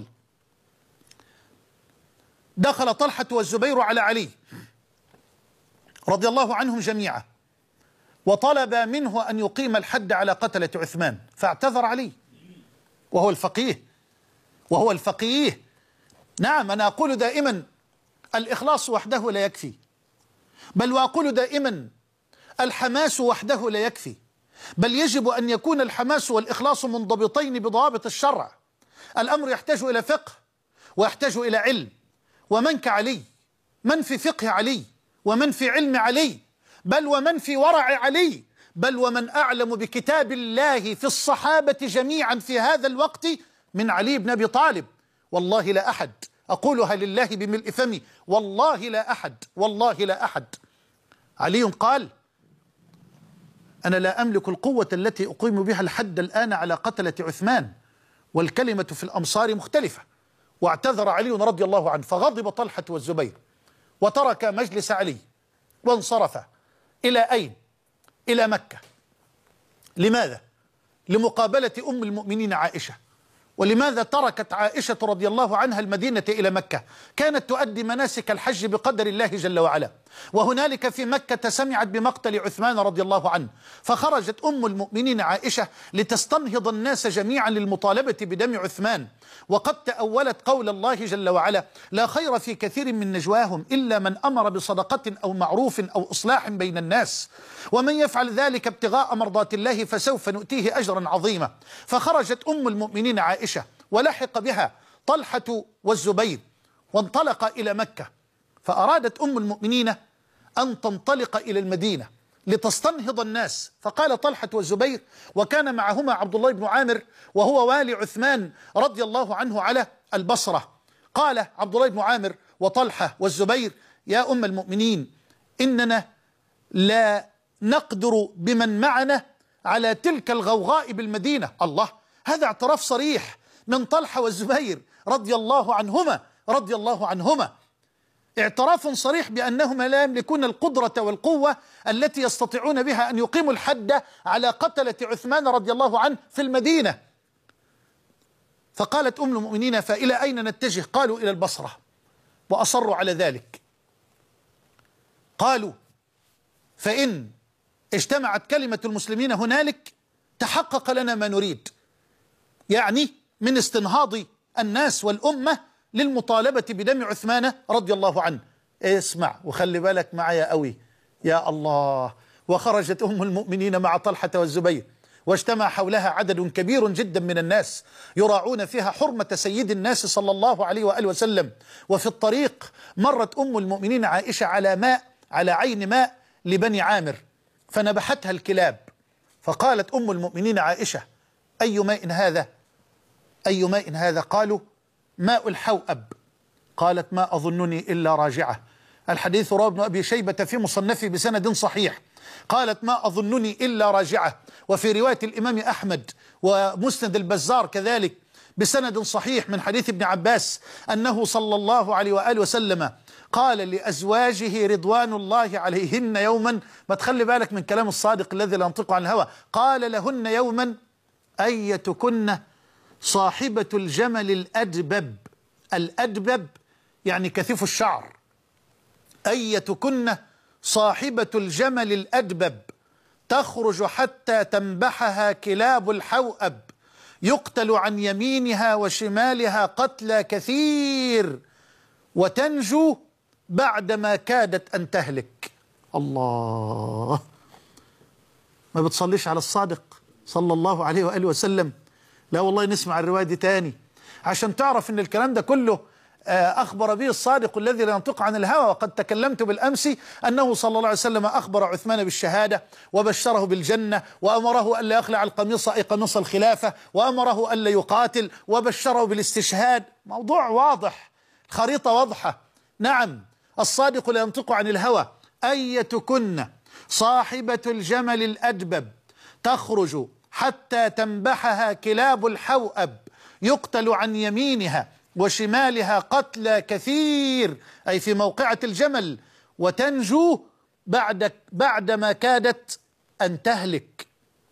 دخل طلحة والزبير على علي رضي الله عنهم جميعا، وطلب منه أن يقيم الحد على قتلة عثمان، فاعتذر علي وهو الفقيه وهو الفقيه نعم، أنا أقول دائما الإخلاص وحده لا يكفي، بل وأقول دائما الحماس وحده لا يكفي، بل يجب أن يكون الحماس والإخلاص منضبطين بضوابط الشرع. الأمر يحتاج إلى فقه ويحتاج إلى علم، ومن كعلي، من في فقه علي، ومن في علم علي، بل ومن في ورع علي، بل ومن أعلم بكتاب الله في الصحابة جميعا في هذا الوقت من علي بن أبي طالب. والله لا أحد، أقولها لله بملء فمي، والله لا أحد، والله لا أحد. علي قال: أنا لا أملك القوة التي أقيم بها الحد الآن على قتلة عثمان، والكلمة في الأمصار مختلفة. واعتذر علي رضي الله عنه، فغضب طلحة والزبير وترك مجلس علي وانصرف. إلى أين؟ إلى مكة. لماذا؟ لمقابلة أم المؤمنين عائشة. ولماذا تركت عائشة رضي الله عنها المدينة إلى مكة؟ كانت تؤدي مناسك الحج بقدر الله جل وعلا، وهنالك في مكة سمعت بمقتل عثمان رضي الله عنه، فخرجت أم المؤمنين عائشة لتستنهض الناس جميعا للمطالبة بدم عثمان. وقد تأولت قول الله جل وعلا: لا خير في كثير من نجواهم إلا من أمر بصدقة أو معروف أو إصلاح بين الناس، ومن يفعل ذلك ابتغاء مرضات الله فسوف نؤتيه أجرا عظيما. فخرجت أم المؤمنين عائشة ولحق بها طلحة والزبير وانطلق إلى مكة، فأرادت أم المؤمنين أن تنطلق إلى المدينة لتستنهض الناس، فقال طلحة والزبير، وكان معهما عبد الله بن عامر وهو والي عثمان رضي الله عنه على البصرة، قال عبد الله بن عامر وطلحة والزبير: يا أم المؤمنين، إننا لا نقدر بمن معنا على تلك الغوغاء بالمدينة. الله، هذا اعتراف صريح من طلحة والزبير رضي الله عنهما رضي الله عنهما اعتراف صريح بأنهما لا يملكون القدرة والقوة التي يستطيعون بها أن يقيموا الحد على قتلة عثمان رضي الله عنه في المدينة. فقالت أم المؤمنين: فإلى أين نتجه؟ قالوا: إلى البصرة. وأصروا على ذلك. قالوا: فإن اجتمعت كلمة المسلمين هنالك تحقق لنا ما نريد، يعني من استنهاض الناس والأمة للمطالبة بدم عثمان رضي الله عنه. اسمع وخلي بالك معايا قوي يا الله. وخرجت أم المؤمنين مع طلحة والزبير، واجتمع حولها عدد كبير جدا من الناس يراعون فيها حرمة سيد الناس صلى الله عليه وآله وسلم. وفي الطريق مرت أم المؤمنين عائشة على ماء، على عين ماء لبني عامر، فنبحتها الكلاب. فقالت أم المؤمنين عائشة: أي ماء هذا؟ أي ماء هذا؟ قالوا: ماء الحوأب. قالت: ما أظنني إلا راجعة. الحديث رواه ابن أبي شيبة في مصنفه بسند صحيح قالت ما أظنني إلا راجعة. وفي رواية الإمام أحمد ومسند البزار كذلك بسند صحيح من حديث ابن عباس أنه صلى الله عليه وآله وسلم قال لأزواجه رضوان الله عليهن يوما، ما تخلي بالك من كلام الصادق الذي لا ينطق عن الهوى، قال لهن يوما أيتكن صاحبة الجمل الأدبب. الأدبب يعني كثيف الشعر. أيتكن صاحبة الجمل الأدبب تخرج حتى تنبحها كلاب الحوأب يقتل عن يمينها وشمالها قتلى كثير وتنجو بعدما كادت أن تهلك. الله، ما بتصليش على الصادق صلى الله عليه وآله وسلم؟ لا والله نسمع الرواية دي تاني عشان تعرف ان الكلام ده كله أخبر به الصادق الذي لا ينطق عن الهوى. وقد تكلمت بالأمس أنه صلى الله عليه وسلم أخبر عثمان بالشهادة وبشره بالجنة وأمره ألا يخلع القميص أي قميص الخلافة وأمره ألا يقاتل وبشره بالاستشهاد. موضوع واضح، خريطة واضحة. نعم الصادق لا ينطق عن الهوى. أيتكن صاحبة الجمل الأدبب تخرج حتى تنبحها كلاب الحوأب يقتل عن يمينها وشمالها قتلى كثير أي في موقعة الجمل وتنجو بعد بعدما كادت أن تهلك.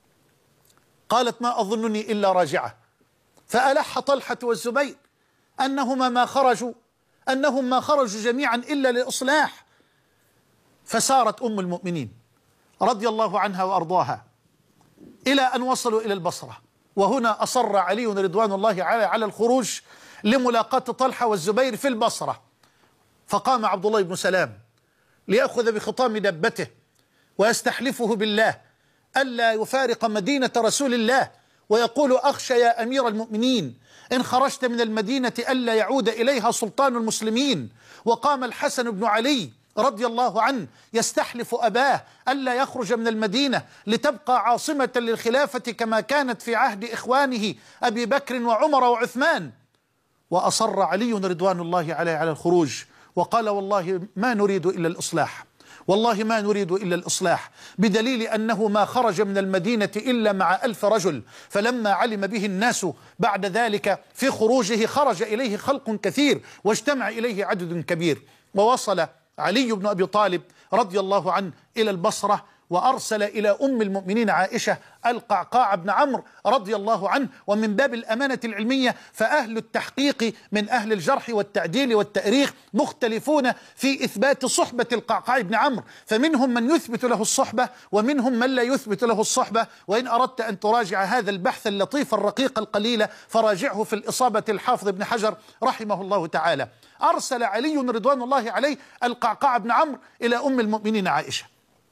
قالت ما أظنني إلا راجعة. فألح طلحة والزبير أنهما ما خرجوا أنهم ما خرجوا جميعا إلا للإصلاح. فسارت أم المؤمنين رضي الله عنها وأرضاها إلى أن وصلوا إلى البصرة، وهنا أصر علي رضوان الله عليه على الخروج لملاقاة طلحة والزبير في البصرة. فقام عبد الله بن سلام ليأخذ بخطام دبته ويستحلفه بالله ألا يفارق مدينة رسول الله، ويقول أخشى يا أمير المؤمنين إن خرجت من المدينة ألا يعود إليها سلطان المسلمين. وقام الحسن بن علي رضي الله عنه يستحلف أباه ألا يخرج من المدينة لتبقى عاصمة للخلافة كما كانت في عهد إخوانه أبي بكر وعمر وعثمان. وأصر علي رضوان الله عليه على الخروج وقال والله ما نريد إلا الإصلاح، والله ما نريد إلا الإصلاح، بدليل أنه ما خرج من المدينة إلا مع ألف رجل. فلما علم به الناس بعد ذلك في خروجه خرج إليه خلق كثير واجتمع إليه عدد كبير. ووصل علي بن أبي طالب رضي الله عنه إلى البصرة وأرسل إلى أم المؤمنين عائشة القعقاع بن عمرو رضي الله عنه. ومن باب الأمانة العلمية فأهل التحقيق من أهل الجرح والتعديل والتأريخ مختلفون في إثبات صحبة القعقاع بن عمرو، فمنهم من يثبت له الصحبة ومنهم من لا يثبت له الصحبة. وإن أردت أن تراجع هذا البحث اللطيف الرقيق القليل فراجعه في الإصابة الحافظ ابن حجر رحمه الله تعالى. أرسل علي رضوان الله عليه القعقاع بن عمرو إلى أم المؤمنين عائشة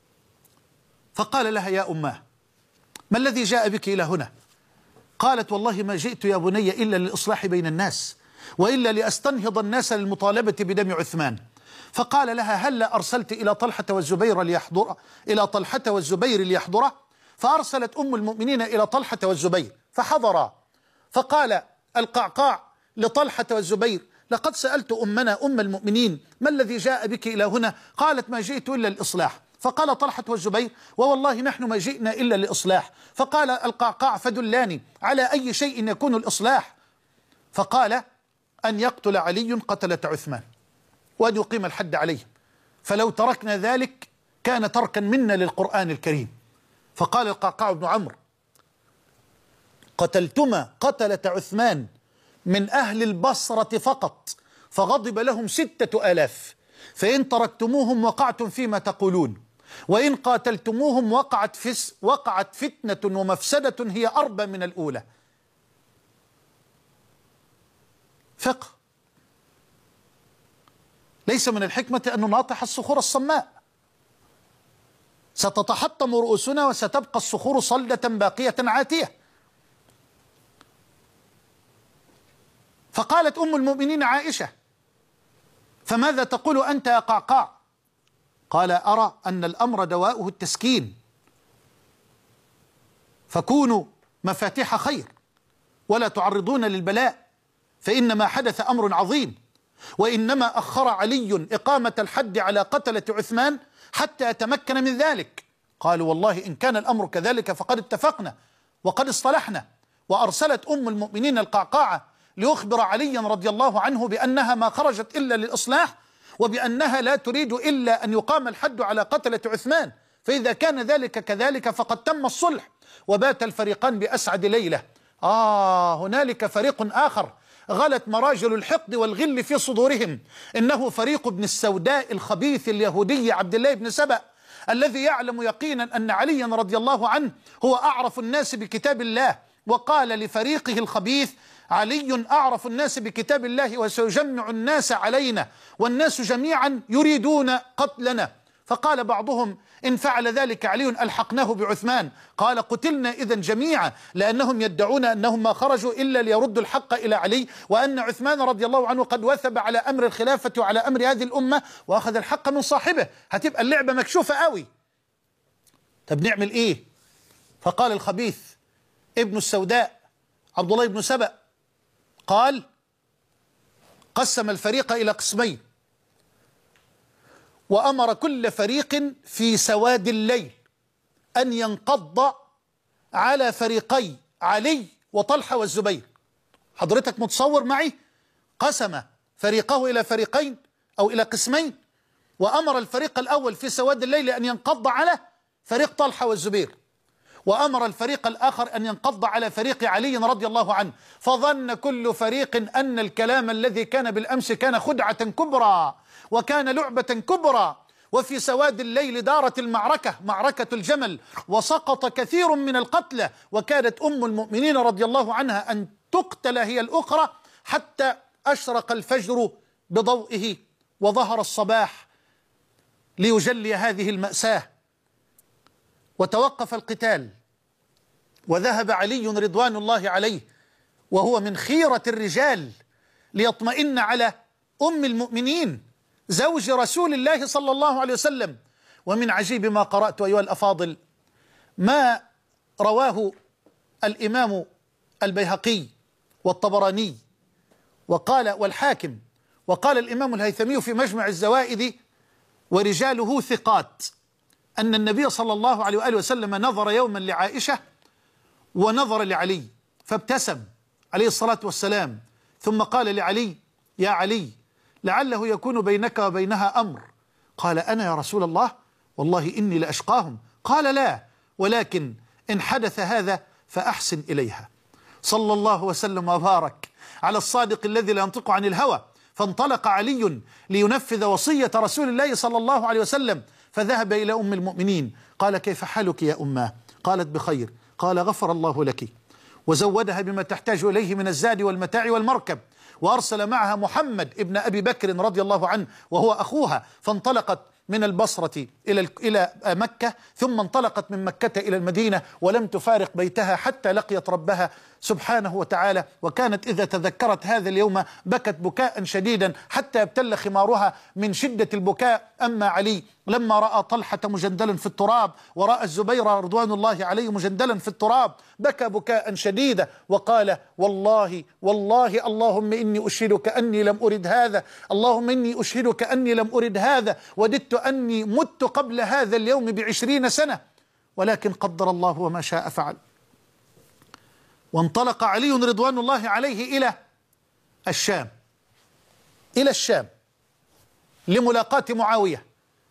فقال لها يا أماه ما الذي جاء بك إلى هنا؟ قالت والله ما جئت يا بني إلا للإصلاح بين الناس وإلا لأستنهض الناس للمطالبة بدم عثمان. فقال لها هلا أرسلت إلى طلحة والزبير ليحضر إلى طلحة والزبير ليحضره؟ فأرسلت أم المؤمنين إلى طلحة والزبير فحضرا. فقال القعقاع لطلحة والزبير لقد سألت أمنا أم المؤمنين ما الذي جاء بك إلى هنا؟ قالت ما جئت إلا الإصلاح. فقال طلحة والزبير ووالله نحن ما جئنا إلا لإصلاح. فقال القعقاع فدلاني على أي شيء يكون الإصلاح؟ فقال أن يقتل علي قتلة عثمان وأن يقيم الحد عليهم، فلو تركنا ذلك كان تركا منا للقرآن الكريم. فقال القعقاع بن عمرو قتلتما قتلة عثمان من أهل البصرة فقط فغضب لهم ستة آلاف، فإن تركتموهم وقعتم فيما تقولون، وإن قاتلتموهم وقعت فس وقعت فتنة ومفسدة هي أربى من الأولى. فقه. ليس من الحكمة أن نناطح الصخور الصماء، ستتحطم رؤوسنا وستبقى الصخور صلدة باقية عاتية. فقالت أم المؤمنين عائشة فماذا تقول أنت يا قعقاع؟ قال أرى أن الأمر دواؤه التسكين، فكونوا مفاتيح خير ولا تعرضون للبلاء، فإن ما حدث أمر عظيم، وإنما أخر علي إقامة الحد على قتلة عثمان حتى يتمكن من ذلك. قالوا والله إن كان الأمر كذلك فقد اتفقنا وقد اصطلحنا. وأرسلت أم المؤمنين القعقاع ليخبر عليا رضي الله عنه بأنها ما خرجت إلا للإصلاح، وبأنها لا تريد إلا أن يقام الحد على قتلة عثمان، فإذا كان ذلك كذلك فقد تم الصلح. وبات الفريقان بأسعد ليلة. آه هنالك فريق آخر غلت مراجل الحقد والغل في صدورهم، إنه فريق ابن السوداء الخبيث اليهودي عبد الله بن سبأ، الذي يعلم يقينا أن عليا رضي الله عنه هو أعرف الناس بكتاب الله، وقال لفريقه الخبيث: علي أعرف الناس بكتاب الله وسيجمع الناس علينا، والناس جميعا يريدون قتلنا. فقال بعضهم: إن فعل ذلك علي ألحقناه بعثمان. قال: قتلنا إذن جميعا، لأنهم يدعون أنهم ما خرجوا إلا ليردوا الحق إلى علي، وأن عثمان رضي الله عنه قد وثب على أمر الخلافة وعلى أمر هذه الأمة وأخذ الحق من صاحبه. هتبقى اللعبة مكشوفة قوي. طب نعمل إيه؟ فقال الخبيث ابن السوداء عبد الله بن سبأ، قال: قسم الفريق إلى قسمين، وأمر كل فريق في سواد الليل أن ينقض على فريقي علي وطلحة والزبير. حضرتك متصور معي؟ قسم فريقه إلى فريقين أو إلى قسمين، وأمر الفريق الأول في سواد الليل أن ينقض على فريق طلحة والزبير، وأمر الفريق الآخر أن ينقض على فريق علي رضي الله عنه. فظن كل فريق أن الكلام الذي كان بالأمس كان خدعة كبرى وكان لعبة كبرى. وفي سواد الليل دارت المعركة، معركة الجمل، وسقط كثير من القتلى، وكانت أم المؤمنين رضي الله عنها أن تقتل هي الأخرى حتى أشرق الفجر بضوئه وظهر الصباح ليجلي هذه المأساة. وتوقف القتال، وذهب علي رضوان الله عليه وهو من خيرة الرجال ليطمئن على أم المؤمنين زوج رسول الله صلى الله عليه وسلم. ومن عجيب ما قرأت أيها الأفاضل ما رواه الإمام البيهقي والطبراني وقال والحاكم، وقال الإمام الهيثمي في مجمع الزوائد ورجاله ثقات، أن النبي صلى الله عليه وآله وسلم نظر يوما لعائشة ونظر لعلي فابتسم عليه الصلاة والسلام، ثم قال لعلي: يا علي، لعله يكون بينك وبينها أمر. قال: أنا يا رسول الله؟ والله إني لأشقاهم. قال: لا، ولكن إن حدث هذا فأحسن إليها. صلى الله وسلم وبارك على الصادق الذي لا ينطق عن الهوى. فانطلق علي لينفذ وصية رسول الله صلى الله عليه وسلم، فذهب إلى أم المؤمنين. قال: كيف حالك يا أماه؟ قالت: بخير. قال: غفر الله لك، وزودها بما تحتاج إليه من الزاد والمتاع والمركب، وأرسل معها محمد ابن أبي بكر رضي الله عنه وهو أخوها، فانطلقت من البصرة إلى إلى مكة، ثم انطلقت من مكة إلى المدينة، ولم تفارق بيتها حتى لقيت ربها سبحانه وتعالى. وكانت إذا تذكرت هذا اليوم بكت بكاء شديدا حتى يبتل خمارها من شدة البكاء. أما علي لما رأى طلحة مجندلا في التراب ورأى الزبير رضوان الله عليه مجندلا في التراب بكى بكاء شديدا وقال: والله والله اللهم إني أشهدك أني لم أرد هذا، اللهم إني أشهدك أني لم أرد هذا، وددت أني مت قبل هذا اليوم بعشرين سنة، ولكن قدر الله وما شاء فعل. وانطلق علي رضوان الله عليه إلى الشام إلى الشام لملاقاة معاوية.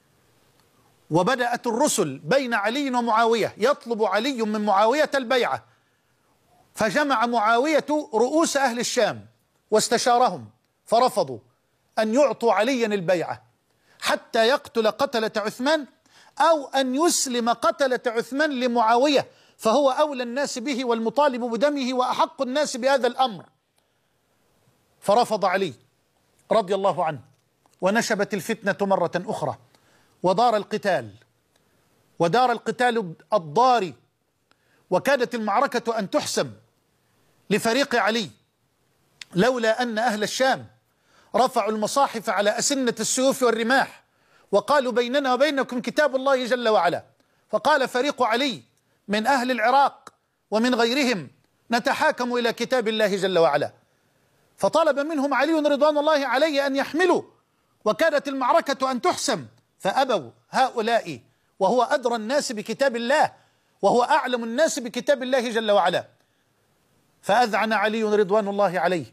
وبدأت الرسل بين علي ومعاوية، يطلب علي من معاوية البيعة، فجمع معاوية رؤوس أهل الشام واستشارهم، فرفضوا أن يعطوا عليا البيعة حتى يقتل قتلة عثمان، أو أن يسلم قتلة عثمان لمعاوية، فهو أولى الناس به والمطالب بدمه وأحق الناس بهذا الأمر. فرفض علي رضي الله عنه، ونشبت الفتنة مرة أخرى، ودار القتال ودار القتال الضاري، وكادت المعركة أن تحسم لفريق علي، لولا أن أهل الشام رفعوا المصاحف على أسنة السيوف والرماح وقالوا: بيننا وبينكم كتاب الله جل وعلا. فقال فريق علي من أهل العراق ومن غيرهم: نتحاكم إلى كتاب الله جل وعلا. فطلب منهم علي رضوان الله عليه أن يحملوا، وكادت المعركة أن تحسم، فأبوا هؤلاء وهو أدرى الناس بكتاب الله، وهو أعلم الناس بكتاب الله جل وعلا. فأذعن علي رضوان الله عليه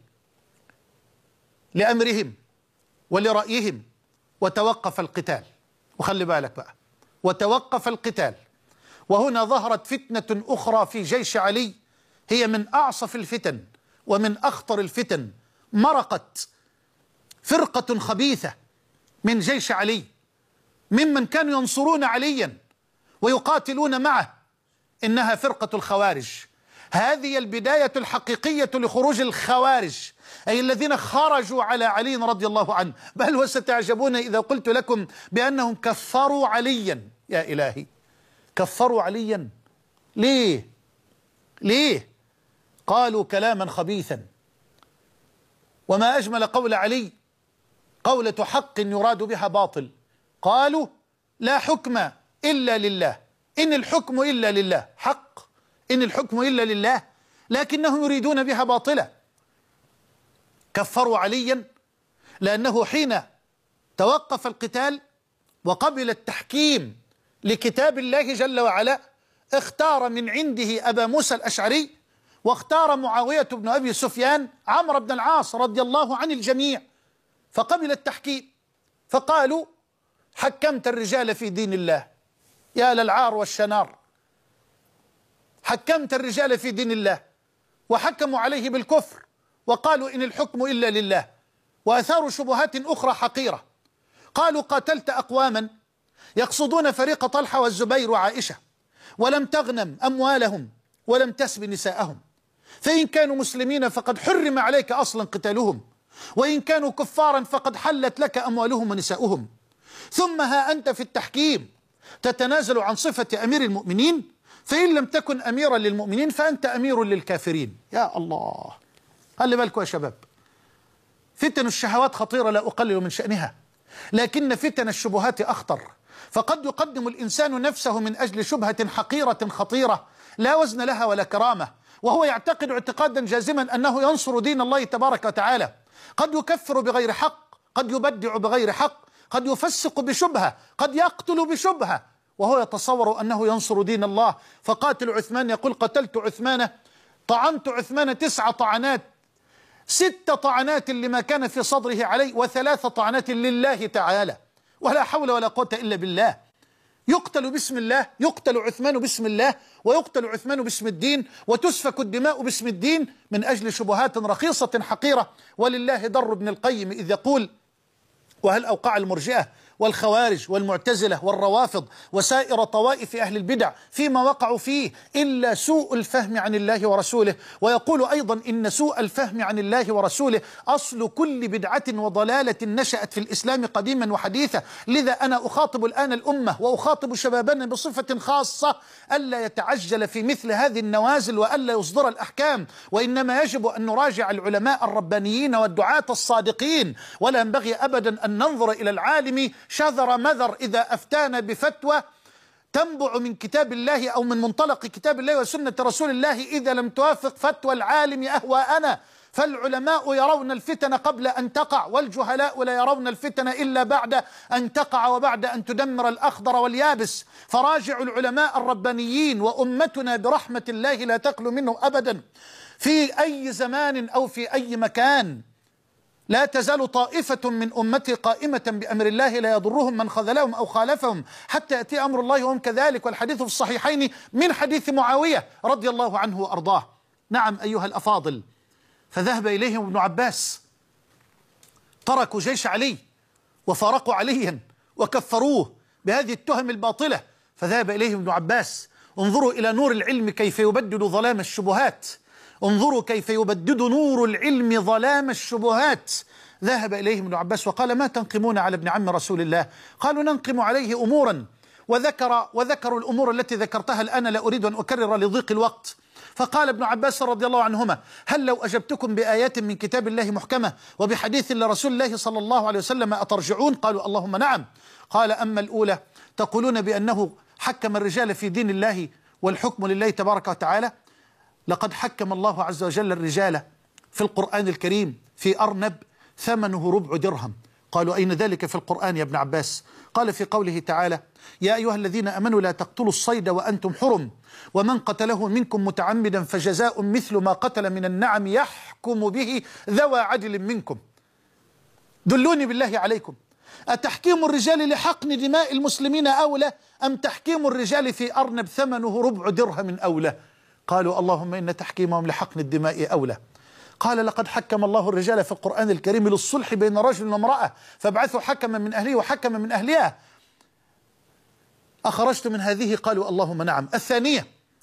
لأمرهم ولرأيهم وتوقف القتال. وخلي بالك بقى، وتوقف القتال. وهنا ظهرت فتنة أخرى في جيش علي هي من أعصف الفتن ومن أخطر الفتن. مرقت فرقة خبيثة من جيش علي، ممن كانوا ينصرون عليا ويقاتلون معه، إنها فرقة الخوارج. هذه البداية الحقيقية لخروج الخوارج، أي الذين خرجوا على علي رضي الله عنه. بل وستعجبون إذا قلت لكم بأنهم كفروا عليا. يا إلهي، كفروا عليا ليه؟ ليه؟ قالوا كلاما خبيثا. وما أجمل قول علي، قولة حق يراد بها باطل. قالوا لا حكم إلا لله، إن الحكم إلا لله. حق، إن الحكم إلا لله، لكنهم يريدون بها باطلة. كفروا عليا لأنه حين توقف القتال وقبل التحكيم لكتاب الله جل وعلا اختار من عنده أبا موسى الأشعري، واختار معاوية بن أبي سفيان عمرو بن العاص رضي الله عن الجميع، فقبل التحكيم. فقالوا حكمت الرجال في دين الله. يا للعار والشنار، حكمت الرجال في دين الله، وحكموا عليه بالكفر وقالوا إن الحكم إلا لله. وأثاروا شبهات أخرى حقيرة. قالوا قاتلت أقواما يقصدون فريق طلحة والزبير وعائشة، ولم تغنم أموالهم ولم تسب نساءهم، فإن كانوا مسلمين فقد حرم عليك أصلا قتالهم، وإن كانوا كفارا فقد حلت لك أموالهم ونساؤهم. ثم ها أنت في التحكيم تتنازل عن صفة أمير المؤمنين، فإن لم تكن أميرا للمؤمنين فأنت أمير للكافرين. يا الله، خلي بالكم يا شباب، فتن الشهوات خطيرة لا أقلل من شأنها، لكن فتن الشبهات أخطر. فقد يقدم الإنسان نفسه من أجل شبهة حقيرة خطيرة لا وزن لها ولا كرامة، وهو يعتقد اعتقادا جازما أنه ينصر دين الله تبارك وتعالى. قد يكفر بغير حق، قد يبدع بغير حق، قد يفسق بشبهة، قد يقتل بشبهة، وهو يتصور أنه ينصر دين الله. فقاتل عثمان يقول قتلت عثمان، طعنت عثمان تسع طعنات، ست طعنات لما كان في صدره علي، وثلاث طعنات لله تعالى، ولا حول ولا قوة إلا بالله. يقتل باسم الله، يقتل عثمان باسم الله، ويقتل عثمان باسم الدين، وتسفك الدماء باسم الدين من أجل شبهات رخيصة حقيرة. ولله در ابن القيم إذ يقول: وهل أوقع المرجئة والخوارج والمعتزلة والروافض وسائر طوائف أهل البدع فيما وقعوا فيه إلا سوء الفهم عن الله ورسوله. ويقول أيضا إن سوء الفهم عن الله ورسوله أصل كل بدعة وضلالة نشأت في الإسلام قديما وحديثا. لذا أنا أخاطب الآن الأمة وأخاطب شبابنا بصفة خاصة ألا يتعجل في مثل هذه النوازل وألا يصدر الأحكام، وإنما يجب أن نراجع العلماء الربانيين والدعاة الصادقين، ولا ينبغي أبدا أن ننظر إلى العالم شذر مذر إذا أفتانا بفتوى تنبع من كتاب الله أو من منطلق كتاب الله وسنة رسول الله إذا لم توافق فتوى العالم أهواءنا. فالعلماء يرون الفتن قبل أن تقع، والجهلاء لا يرون الفتن إلا بعد أن تقع وبعد أن تدمر الأخضر واليابس. فراجعوا العلماء الربانيين، وأمتنا برحمة الله لا تخلو منه أبدا في أي زمان أو في أي مكان. لا تزال طائفة من أمتي قائمة بأمر الله لا يضرهم من خذلهم أو خالفهم حتى يأتي أمر الله وهم كذلك. والحديث في الصحيحين من حديث معاوية رضي الله عنه وأرضاه. نعم أيها الأفاضل، فذهب إليهم ابن عباس، تركوا جيش علي وفارقوا عليا وكفروه بهذه التهم الباطلة. فذهب إليهم ابن عباس: انظروا إلى نور العلم كيف يبدد ظلام الشبهات، انظروا كيف يبدد نور العلم ظلام الشبهات. ذهب إليهم ابن عباس وقال: ما تنقمون على ابن عم رسول الله؟ قالوا: ننقم عليه أمورا، وذكر وذكروا الأمور التي ذكرتها الآن لا أريد أن أكرر لضيق الوقت. فقال ابن عباس رضي الله عنهما: هل لو أجبتكم بآيات من كتاب الله محكمة وبحديث لرسول الله صلى الله عليه وسلم أترجعون؟ قالوا: اللهم نعم. قال: أما الأولى تقولون بأنه حكم الرجال في دين الله والحكم لله تبارك وتعالى. لقد حكم الله عز وجل الرجال في القرآن الكريم في أرنب ثمنه ربع درهم، قالوا أين ذلك في القرآن يا ابن عباس؟ قال في قوله تعالى يا أيها الذين آمنوا لا تقتلوا الصيد وأنتم حرم ومن قتله منكم متعمدا فجزاء مثل ما قتل من النعم يحكم به ذوى عدل منكم. دلوني بالله عليكم، أتحكيم الرجال لحقن دماء المسلمين أولى أم تحكيم الرجال في أرنب ثمنه ربع درهم أولى؟ قالوا اللهم إن تحكيمهم لحقن الدماء أولى. قال لقد حكم الله الرجال في القرآن الكريم للصلح بين رجل وامرأة فابعثوا حكما من أهله وحكما من أهلها أخرجت من هذه؟ قالوا اللهم نعم. الثانية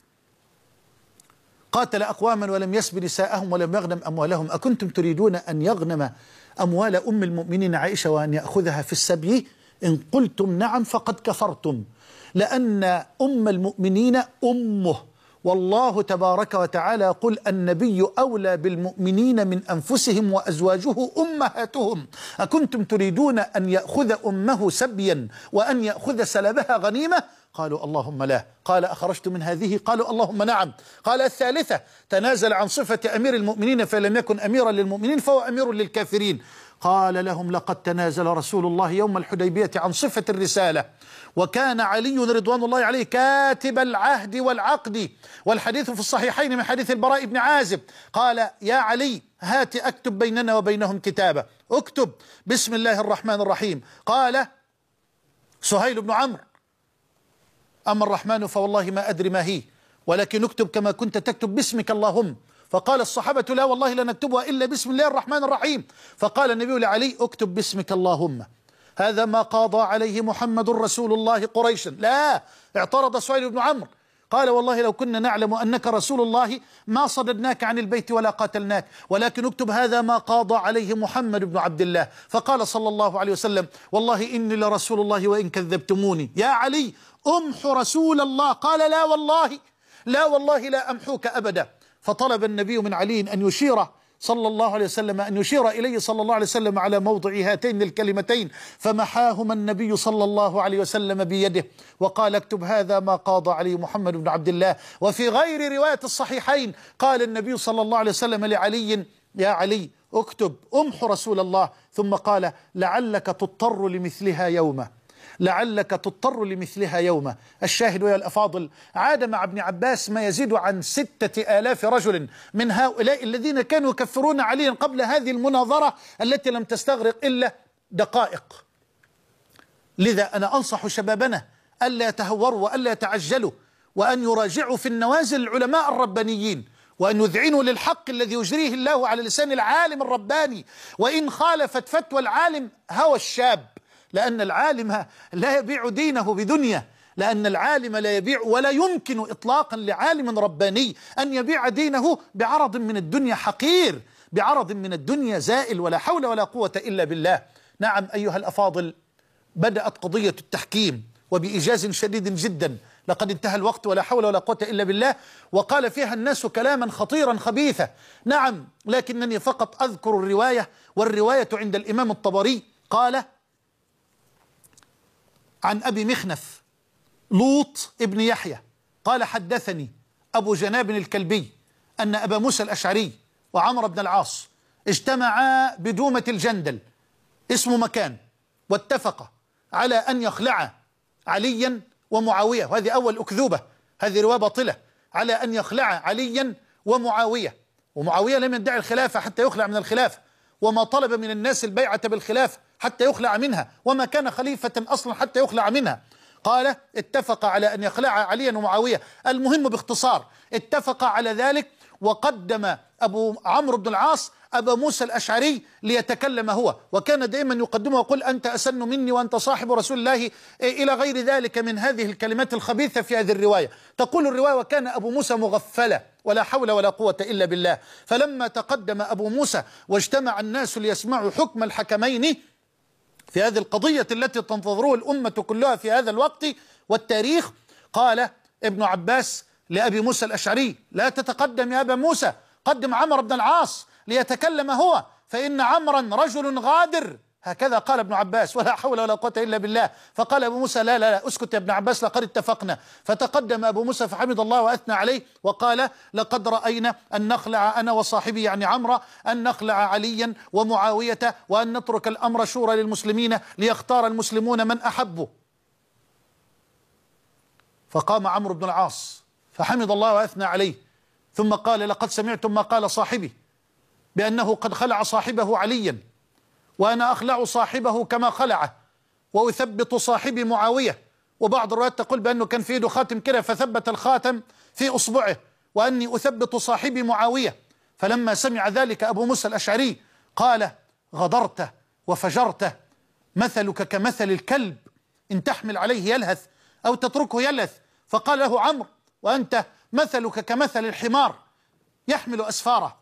قاتل أقواما ولم يسب نساءهم ولم يغنم أموالهم أكنتم تريدون أن يغنم أموال أم المؤمنين عائشة وأن يأخذها في السبي؟ إن قلتم نعم فقد كفرتم، لأن أم المؤمنين أمه، والله تبارك وتعالى يقول النبي أولى بالمؤمنين من أنفسهم وأزواجه أمهاتهم. أكنتم تريدون أن يأخذ أمه سبيا وأن يأخذ سلبها غنيمة؟ قالوا اللهم لا. قال أخرجت من هذه؟ قالوا اللهم نعم. قال الثالثة تنازل عن صفة أمير المؤمنين فلم يكن أميرا للمؤمنين فهو أمير للكافرين. قال لهم لقد تنازل رسول الله يوم الحديبية عن صفة الرسالة وكان علي رضوان الله عليه كاتب العهد والعقد، والحديث في الصحيحين من حديث البراء بن عازب قال يا علي هات أكتب بيننا وبينهم كتابة، اكتب بسم الله الرحمن الرحيم. قال سهيل بن عمرو أما الرحمن فوالله ما أدري ما هي ولكن اكتب كما كنت تكتب باسمك اللهم. فقال الصحابة لا والله لا نكتبها إلا بسم الله الرحمن الرحيم. فقال النبي لعلي اكتب باسمك اللهم، هذا ما قاضى عليه محمد رسول الله قريشا. لا، اعترض سهيل بن عمرو قال والله لو كنا نعلم أنك رسول الله ما صددناك عن البيت ولا قاتلناك، ولكن اكتب هذا ما قاضى عليه محمد بن عبد الله. فقال صلى الله عليه وسلم والله إني لرسول الله وإن كذبتموني. يا علي أمح رسول الله. قال لا والله لا والله لا أمحوك أبدا. فطلب النبي من علي أن يشير صلى الله عليه وسلم أن يشير إليه صلى الله عليه وسلم على موضع هاتين الكلمتين فمحاهما النبي صلى الله عليه وسلم بيده وقال اكتب هذا ما قاضى عليه محمد بن عبد الله. وفي غير رواية الصحيحين قال النبي صلى الله عليه وسلم لعلي يا علي اكتب أمح رسول الله، ثم قال لعلك تضطر لمثلها يوما، لعلك تضطر لمثلها يوما. الشاهد يا الأفاضل عاد مع ابن عباس ما يزيد عن ستة آلاف رجل من هؤلاء الذين كانوا يكفرون عليا قبل هذه المناظرة التي لم تستغرق إلا دقائق. لذا أنا أنصح شبابنا ألا يتهوروا وألا يتعجلوا وأن يراجعوا في النوازل العلماء الربانيين وأن يذعنوا للحق الذي يجريه الله على لسان العالم الرباني، وإن خالفت فتوى العالم هوى الشاب، لأن العالم لا يبيع دينه بدنيا، لأن العالم لا يبيع ولا يمكن إطلاقا لعالم رباني أن يبيع دينه بعرض من الدنيا حقير، بعرض من الدنيا زائل، ولا حول ولا قوة إلا بالله. نعم أيها الأفاضل، بدأت قضية التحكيم وبإيجاز شديد جدا، لقد انتهى الوقت ولا حول ولا قوة إلا بالله، وقال فيها الناس كلاما خطيرا خبيثا. نعم، لكنني فقط أذكر الرواية، والرواية عند الإمام الطبري قال عن أبي مخنف لوط ابن يحيى قال حدثني أبو جناب الكلبي أن أبا موسى الأشعري وعمر بن العاص اجتمعا بدومة الجندل اسم مكان، واتفقا على أن يخلعا عليا ومعاوية، وهذه أول أكذوبة، هذه رواية باطلة، على أن يخلعا عليا ومعاوية، ومعاوية لم يدعي الخلافة حتى يخلع من الخلافة، وما طلب من الناس البيعة بالخلافة حتى يخلع منها، وما كان خليفة أصلا حتى يخلع منها. قال اتفق على أن يخلع عليا ومعاوية. المهم باختصار اتفق على ذلك، وقدم أبو عمرو بن العاص أبا موسى الأشعري ليتكلم هو، وكان دائما يقدمه ويقول أنت أسن مني وأنت صاحب رسول الله إلى غير ذلك من هذه الكلمات الخبيثة في هذه الرواية. تقول الرواية وكان أبو موسى مغفلا ولا حول ولا قوة إلا بالله. فلما تقدم أبو موسى واجتمع الناس ليسمعوا حكم الحكمين في هذه القضية التي تنتظره الأمة كلها في هذا الوقت والتاريخ، قال ابن عباس لأبي موسى الأشعري لا تتقدم يا أبا موسى، قدم عمرو بن العاص ليتكلم هو، فإن عمرا رجل غادر هكذا قال ابن عباس، ولا حول ولا قوة إلا بالله. فقال أبو موسى لا لا لا اسكت يا ابن عباس، لقد اتفقنا. فتقدم أبو موسى فحمد الله وأثنى عليه وقال لقد رأينا أن نخلع أنا وصاحبي يعني عمرو، أن نخلع عليا ومعاوية، وأن نترك الأمر شورى للمسلمين ليختار المسلمون من أحبوا. فقام عمرو بن العاص فحمد الله وأثنى عليه، ثم قال لقد سمعتم ما قال صاحبي بأنه قد خلع صاحبه عليا، وأنا أخلع صاحبه كما خلعه، وأثبت صاحبي معاوية. وبعض الروايات تقول بأنه كان في يده خاتم كده فثبت الخاتم في أصبعه، وأني أثبت صاحبي معاوية. فلما سمع ذلك أبو موسى الأشعري قال غدرت وفجرت، مثلك كمثل الكلب إن تحمل عليه يلهث أو تتركه يلهث. فقال له عمرو وأنت مثلك كمثل الحمار يحمل أسفاره.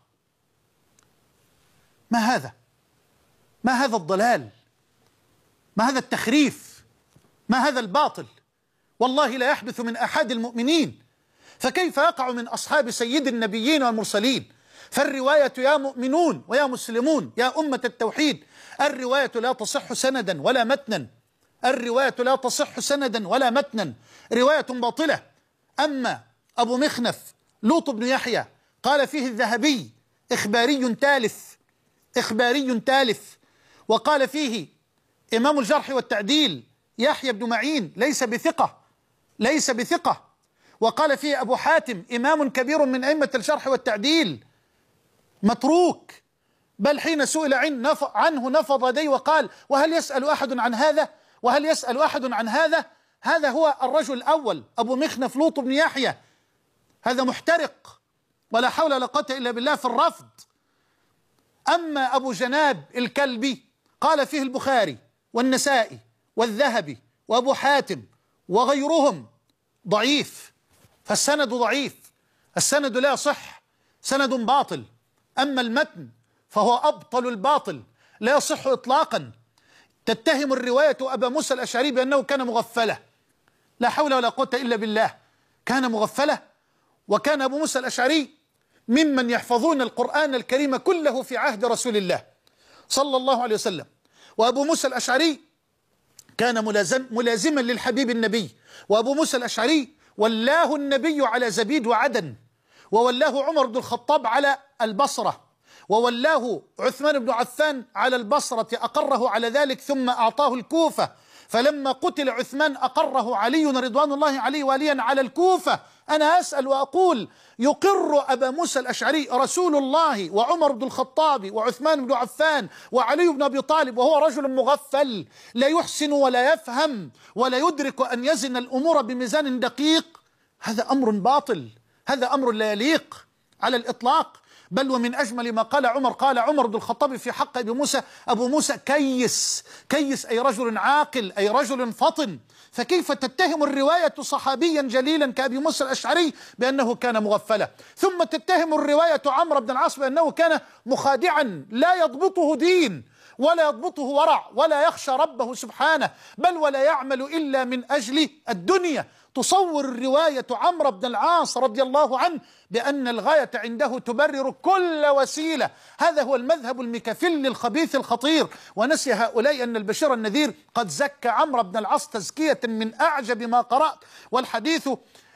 ما هذا؟ ما هذا الضلال؟ ما هذا التخريف؟ ما هذا الباطل؟ والله لا يحدث من أحد المؤمنين، فكيف يقع من أصحاب سيد النبيين والمرسلين؟ فالرواية يا مؤمنون ويا مسلمون يا أمة التوحيد، الرواية لا تصح سندا ولا متنا، الرواية لا تصح سندا ولا متنا، رواية باطلة. أما أبو مخنف لوط بن يحيى قال فيه الذهبي إخباري تالف، إخباري تالف. وقال فيه إمام الجرح والتعديل يحيى بن معين ليس بثقة، ليس بثقة. وقال فيه أبو حاتم إمام كبير من أئمة الجرح والتعديل متروك، بل حين سئل عنه نفض يديه وقال وهل يسأل أحد عن هذا؟ وهل يسأل أحد عن هذا؟ هذا هو الرجل الأول أبو مخنف لوط بن يحيى، هذا محترق ولا حول ولا قوة إلا بالله في الرفض. أما أبو جناب الكلبي قال فيه البخاري والنسائي والذهبي وأبو حاتم وغيرهم ضعيف، فالسند ضعيف، السند لا يصح، سند باطل. أما المتن فهو أبطل الباطل، لا يصح إطلاقا. تتهم الرواية أبا موسى الأشعري بأنه كان مغفلة، لا حول ولا قوة إلا بالله، كان مغفلة. وكان أبو موسى الأشعري ممن يحفظون القرآن الكريم كله في عهد رسول الله صلى الله عليه وسلم. وأبو موسى الأشعري كان ملازم ملازما للحبيب النبي. وأبو موسى الأشعري ولاه النبي على زبيد وعدن، وولاه عمر بن الخطاب على البصرة، وولاه عثمان بن عفان على البصرة، أقره على ذلك ثم أعطاه الكوفة. فلما قتل عثمان أقره علي رضوان الله عليه واليا على الكوفة. أنا أسأل وأقول يقر أبا موسى الأشعري رسول الله وعمر بن الخطاب وعثمان بن عفان وعلي بن أبي طالب وهو رجل مغفل لا يحسن ولا يفهم ولا يدرك أن يزن الأمور بميزان دقيق؟ هذا أمر باطل، هذا أمر لا يليق على الإطلاق. بل ومن أجمل ما قال عمر، قال عمر بن الخطاب في حق أبي موسى أبو موسى كيس، كيس أي رجل عاقل أي رجل فطن. فكيف تتهم الرواية صحابيا جليلا كأبي موسى الأشعري بأنه كان مغفلا، ثم تتهم الرواية عمرو بن العاص بأنه كان مخادعا لا يضبطه دين ولا يضبطه ورع ولا يخشى ربه سبحانه، بل ولا يعمل إلا من أجل الدنيا. تصور الرواية عمرو بن العاص رضي الله عنه بأن الغاية عنده تبرر كل وسيلة. هذا هو المذهب المكفل الخبيث الخطير. ونسي هؤلاء أن البشير النذير قد زكى عمرو بن العاص تزكية من أعجب ما قرأت، والحديث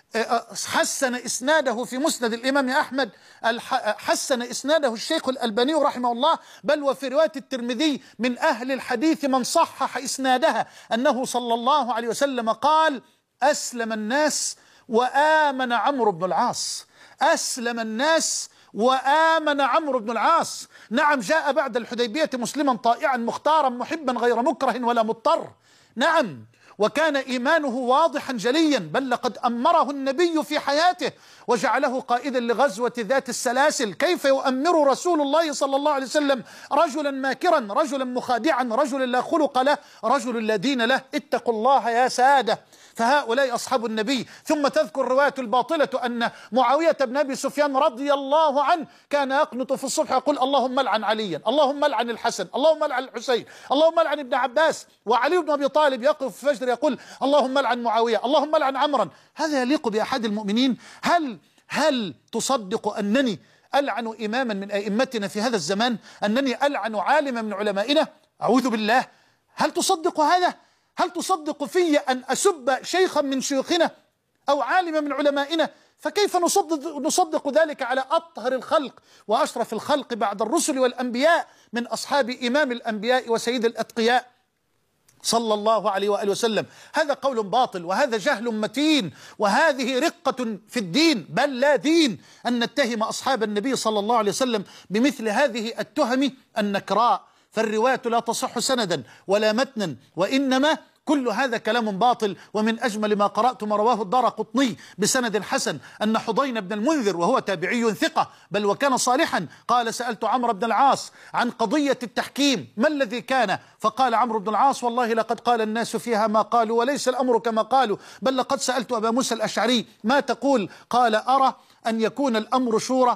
حسن إسناده في مسند الإمام أحمد، حسن إسناده الشيخ الألباني رحمه الله، بل وفي رواية الترمذي من أهل الحديث من صحح إسنادها أنه صلى الله عليه وسلم قال أسلم الناس وآمن عمرو بن العاص، أسلم الناس وآمن عمرو بن العاص. نعم جاء بعد الحديبية مسلما طائعا مختارا محبا غير مكره ولا مضطر، نعم، وكان إيمانه واضحا جليا، بل لقد أمره النبي في حياته وجعله قائدا لغزوة ذات السلاسل. كيف يؤمر رسول الله صلى الله عليه وسلم رجلا ماكرا، رجلا مخادعا، رجلا لا خلق له، رجل لا دين له؟ اتقوا الله يا سادة. فهؤلاء أصحاب النبي. ثم تذكر الرواية الباطلة أن معاوية بن أبي سفيان رضي الله عنه كان يقنط في الصبح يقول اللهم لعن عليا، اللهم لعن الحسن، اللهم لعن الحسين، اللهم لعن ابن عباس، وعلي بن أبي طالب يقف في الفجر يقول اللهم لعن معاوية، اللهم لعن عمرا. هذا يليق بأحد المؤمنين؟ هل هل تصدق أنني ألعن إماما من أئمتنا في هذا الزمان، أنني ألعن عالما من علمائنا؟ أعوذ بالله. هل تصدق هذا؟ هل تصدق في أن أسب شيخا من شيوخنا أو عالما من علمائنا؟ فكيف نصدق, نصدق ذلك على أطهر الخلق وأشرف الخلق بعد الرسل والأنبياء من أصحاب إمام الأنبياء وسيد الأتقياء صلى الله عليه وآله وسلم؟ هذا قول باطل، وهذا جهل متين، وهذه رقة في الدين، بل لا دين أن نتهم أصحاب النبي صلى الله عليه وسلم بمثل هذه التهم النكراء. فالرواية لا تصح سندا ولا متنا، وإنما كل هذا كلام باطل. ومن أجمل ما قرأت ما رواه الدارقطني بسند حسن أن حضين بن المنذر، وهو تابعي ثقة بل وكان صالحا، قال: سألت عمرو بن العاص عن قضية التحكيم ما الذي كان؟ فقال عمرو بن العاص: والله لقد قال الناس فيها ما قالوا وليس الأمر كما قالوا، بل لقد سألت أبا موسى الأشعري ما تقول؟ قال: أرى أن يكون الأمر شورى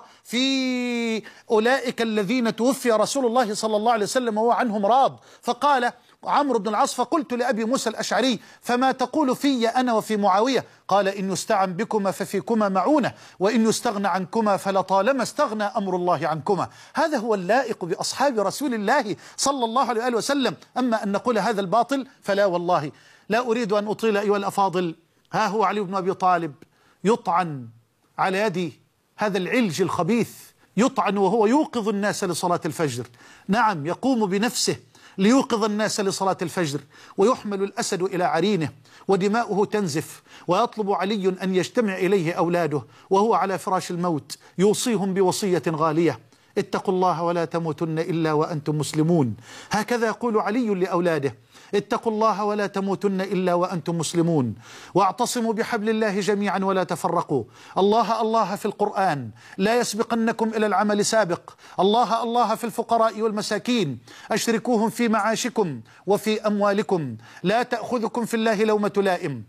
في أولئك الذين توفي رسول الله صلى الله عليه وسلم وهو عنهم راض. فقال عمرو بن العاص: فقلت لأبي موسى الأشعري: فما تقول في أنا وفي معاوية؟ قال: إن يستعن بكما ففيكما معونة، وإن يستغنى عنكما فلطالما استغنى أمر الله عنكما. هذا هو اللائق بأصحاب رسول الله صلى الله عليه وآله وسلم. أما أن نقول هذا الباطل فلا والله. لا أريد أن أطيل أيها الأفاضل. ها هو علي بن أبي طالب يطعن على يد هذا العلج الخبيث، يطعن وهو يوقظ الناس لصلاة الفجر. نعم، يقوم بنفسه ليوقظ الناس لصلاة الفجر، ويحمل الأسد إلى عرينه ودماؤه تنزف، ويطلب علي أن يجتمع إليه أولاده وهو على فراش الموت، يوصيهم بوصية غالية: اتقوا الله ولا تموتن إلا وأنتم مسلمون. هكذا يقول علي لأولاده: اتقوا الله ولا تموتن إلا وأنتم مسلمون، واعتصموا بحبل الله جميعا ولا تفرقوا. الله الله في القرآن، لا يسبقنكم إلى العمل سابق. الله الله في الفقراء والمساكين، أشركوهم في معاشكم وفي أموالكم. لا تأخذكم في الله لومة لائم،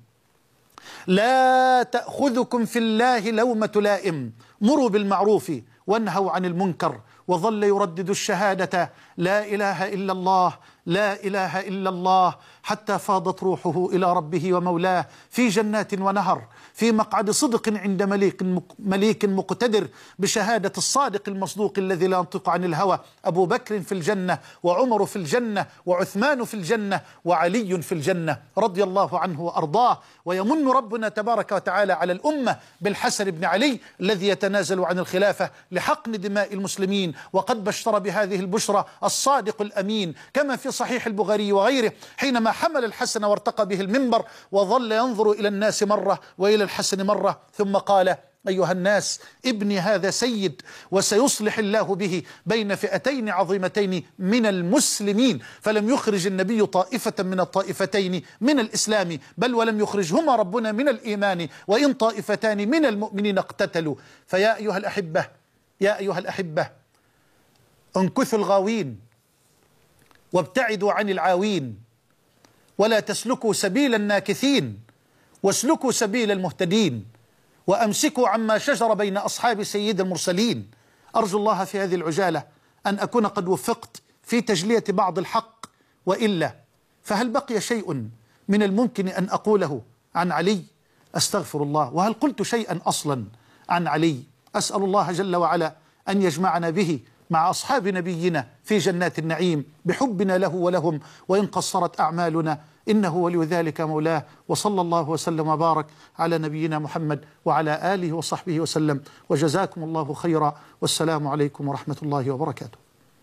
لا تأخذكم في الله لومة لائم. مروا بالمعروف وانهوا عن المنكر. وظل يردد الشهادة: لا إله إلا الله، لا إله إلا الله، حتى فاضت روحه إلى ربه ومولاه في جنات ونهر، في مقعد صدق عند مليك مليك مقتدر، بشهادة الصادق المصدوق الذي لا ينطق عن الهوى. أبو بكر في الجنة، وعمر في الجنة، وعثمان في الجنة، وعلي في الجنة رضي الله عنه وأرضاه. ويمن ربنا تبارك وتعالى على الأمة بالحسن بن علي الذي يتنازل عن الخلافة لحقن دماء المسلمين، وقد بشر بهذه البشرى الصادق الأمين كما في صحيح البخاري وغيره، حينما حمل الحسن وارتقى به المنبر وظل ينظر إلى الناس مرة وإلى الحسن مرة، ثم قال: أيها الناس، ابني هذا سيد، وسيصلح الله به بين فئتين عظيمتين من المسلمين. فلم يخرج النبي طائفة من الطائفتين من الإسلام، بل ولم يخرجهما ربنا من الإيمان، وإن طائفتان من المؤمنين اقتتلوا. فيا أيها الأحبة، يا أيها الأحبة، انكثوا الغاوين وابتعدوا عن العاوين، ولا تسلكوا سبيل الناكثين، واسلكوا سبيل المهتدين، وأمسكوا عما شجر بين أصحاب سيد المرسلين. أرجو الله في هذه العجالة أن أكون قد وفقت في تجلية بعض الحق، وإلا فهل بقي شيء من الممكن أن أقوله عن علي؟ أستغفر الله. وهل قلت شيئا أصلا عن علي؟ أسأل الله جل وعلا أن يجمعنا به مع أصحاب نبينا في جنات النعيم بحبنا له ولهم، وإن قصرت أعمالنا إنه ولي ذلك مولاه. وصلى الله وسلم وبارك على نبينا محمد وعلى آله وصحبه وسلم، وجزاكم الله خيرا، والسلام عليكم ورحمة الله وبركاته.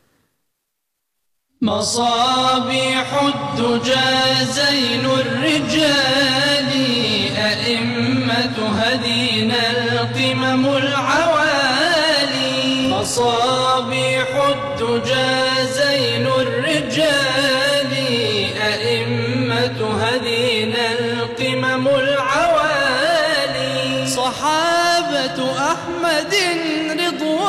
مصابيح الدجى زين الرجال، أئمة هدينا القمم العوالي. مصابيح الدجى زين الرجال، أئمة هدينا القمم العوالي. صحابة أحمد رضوان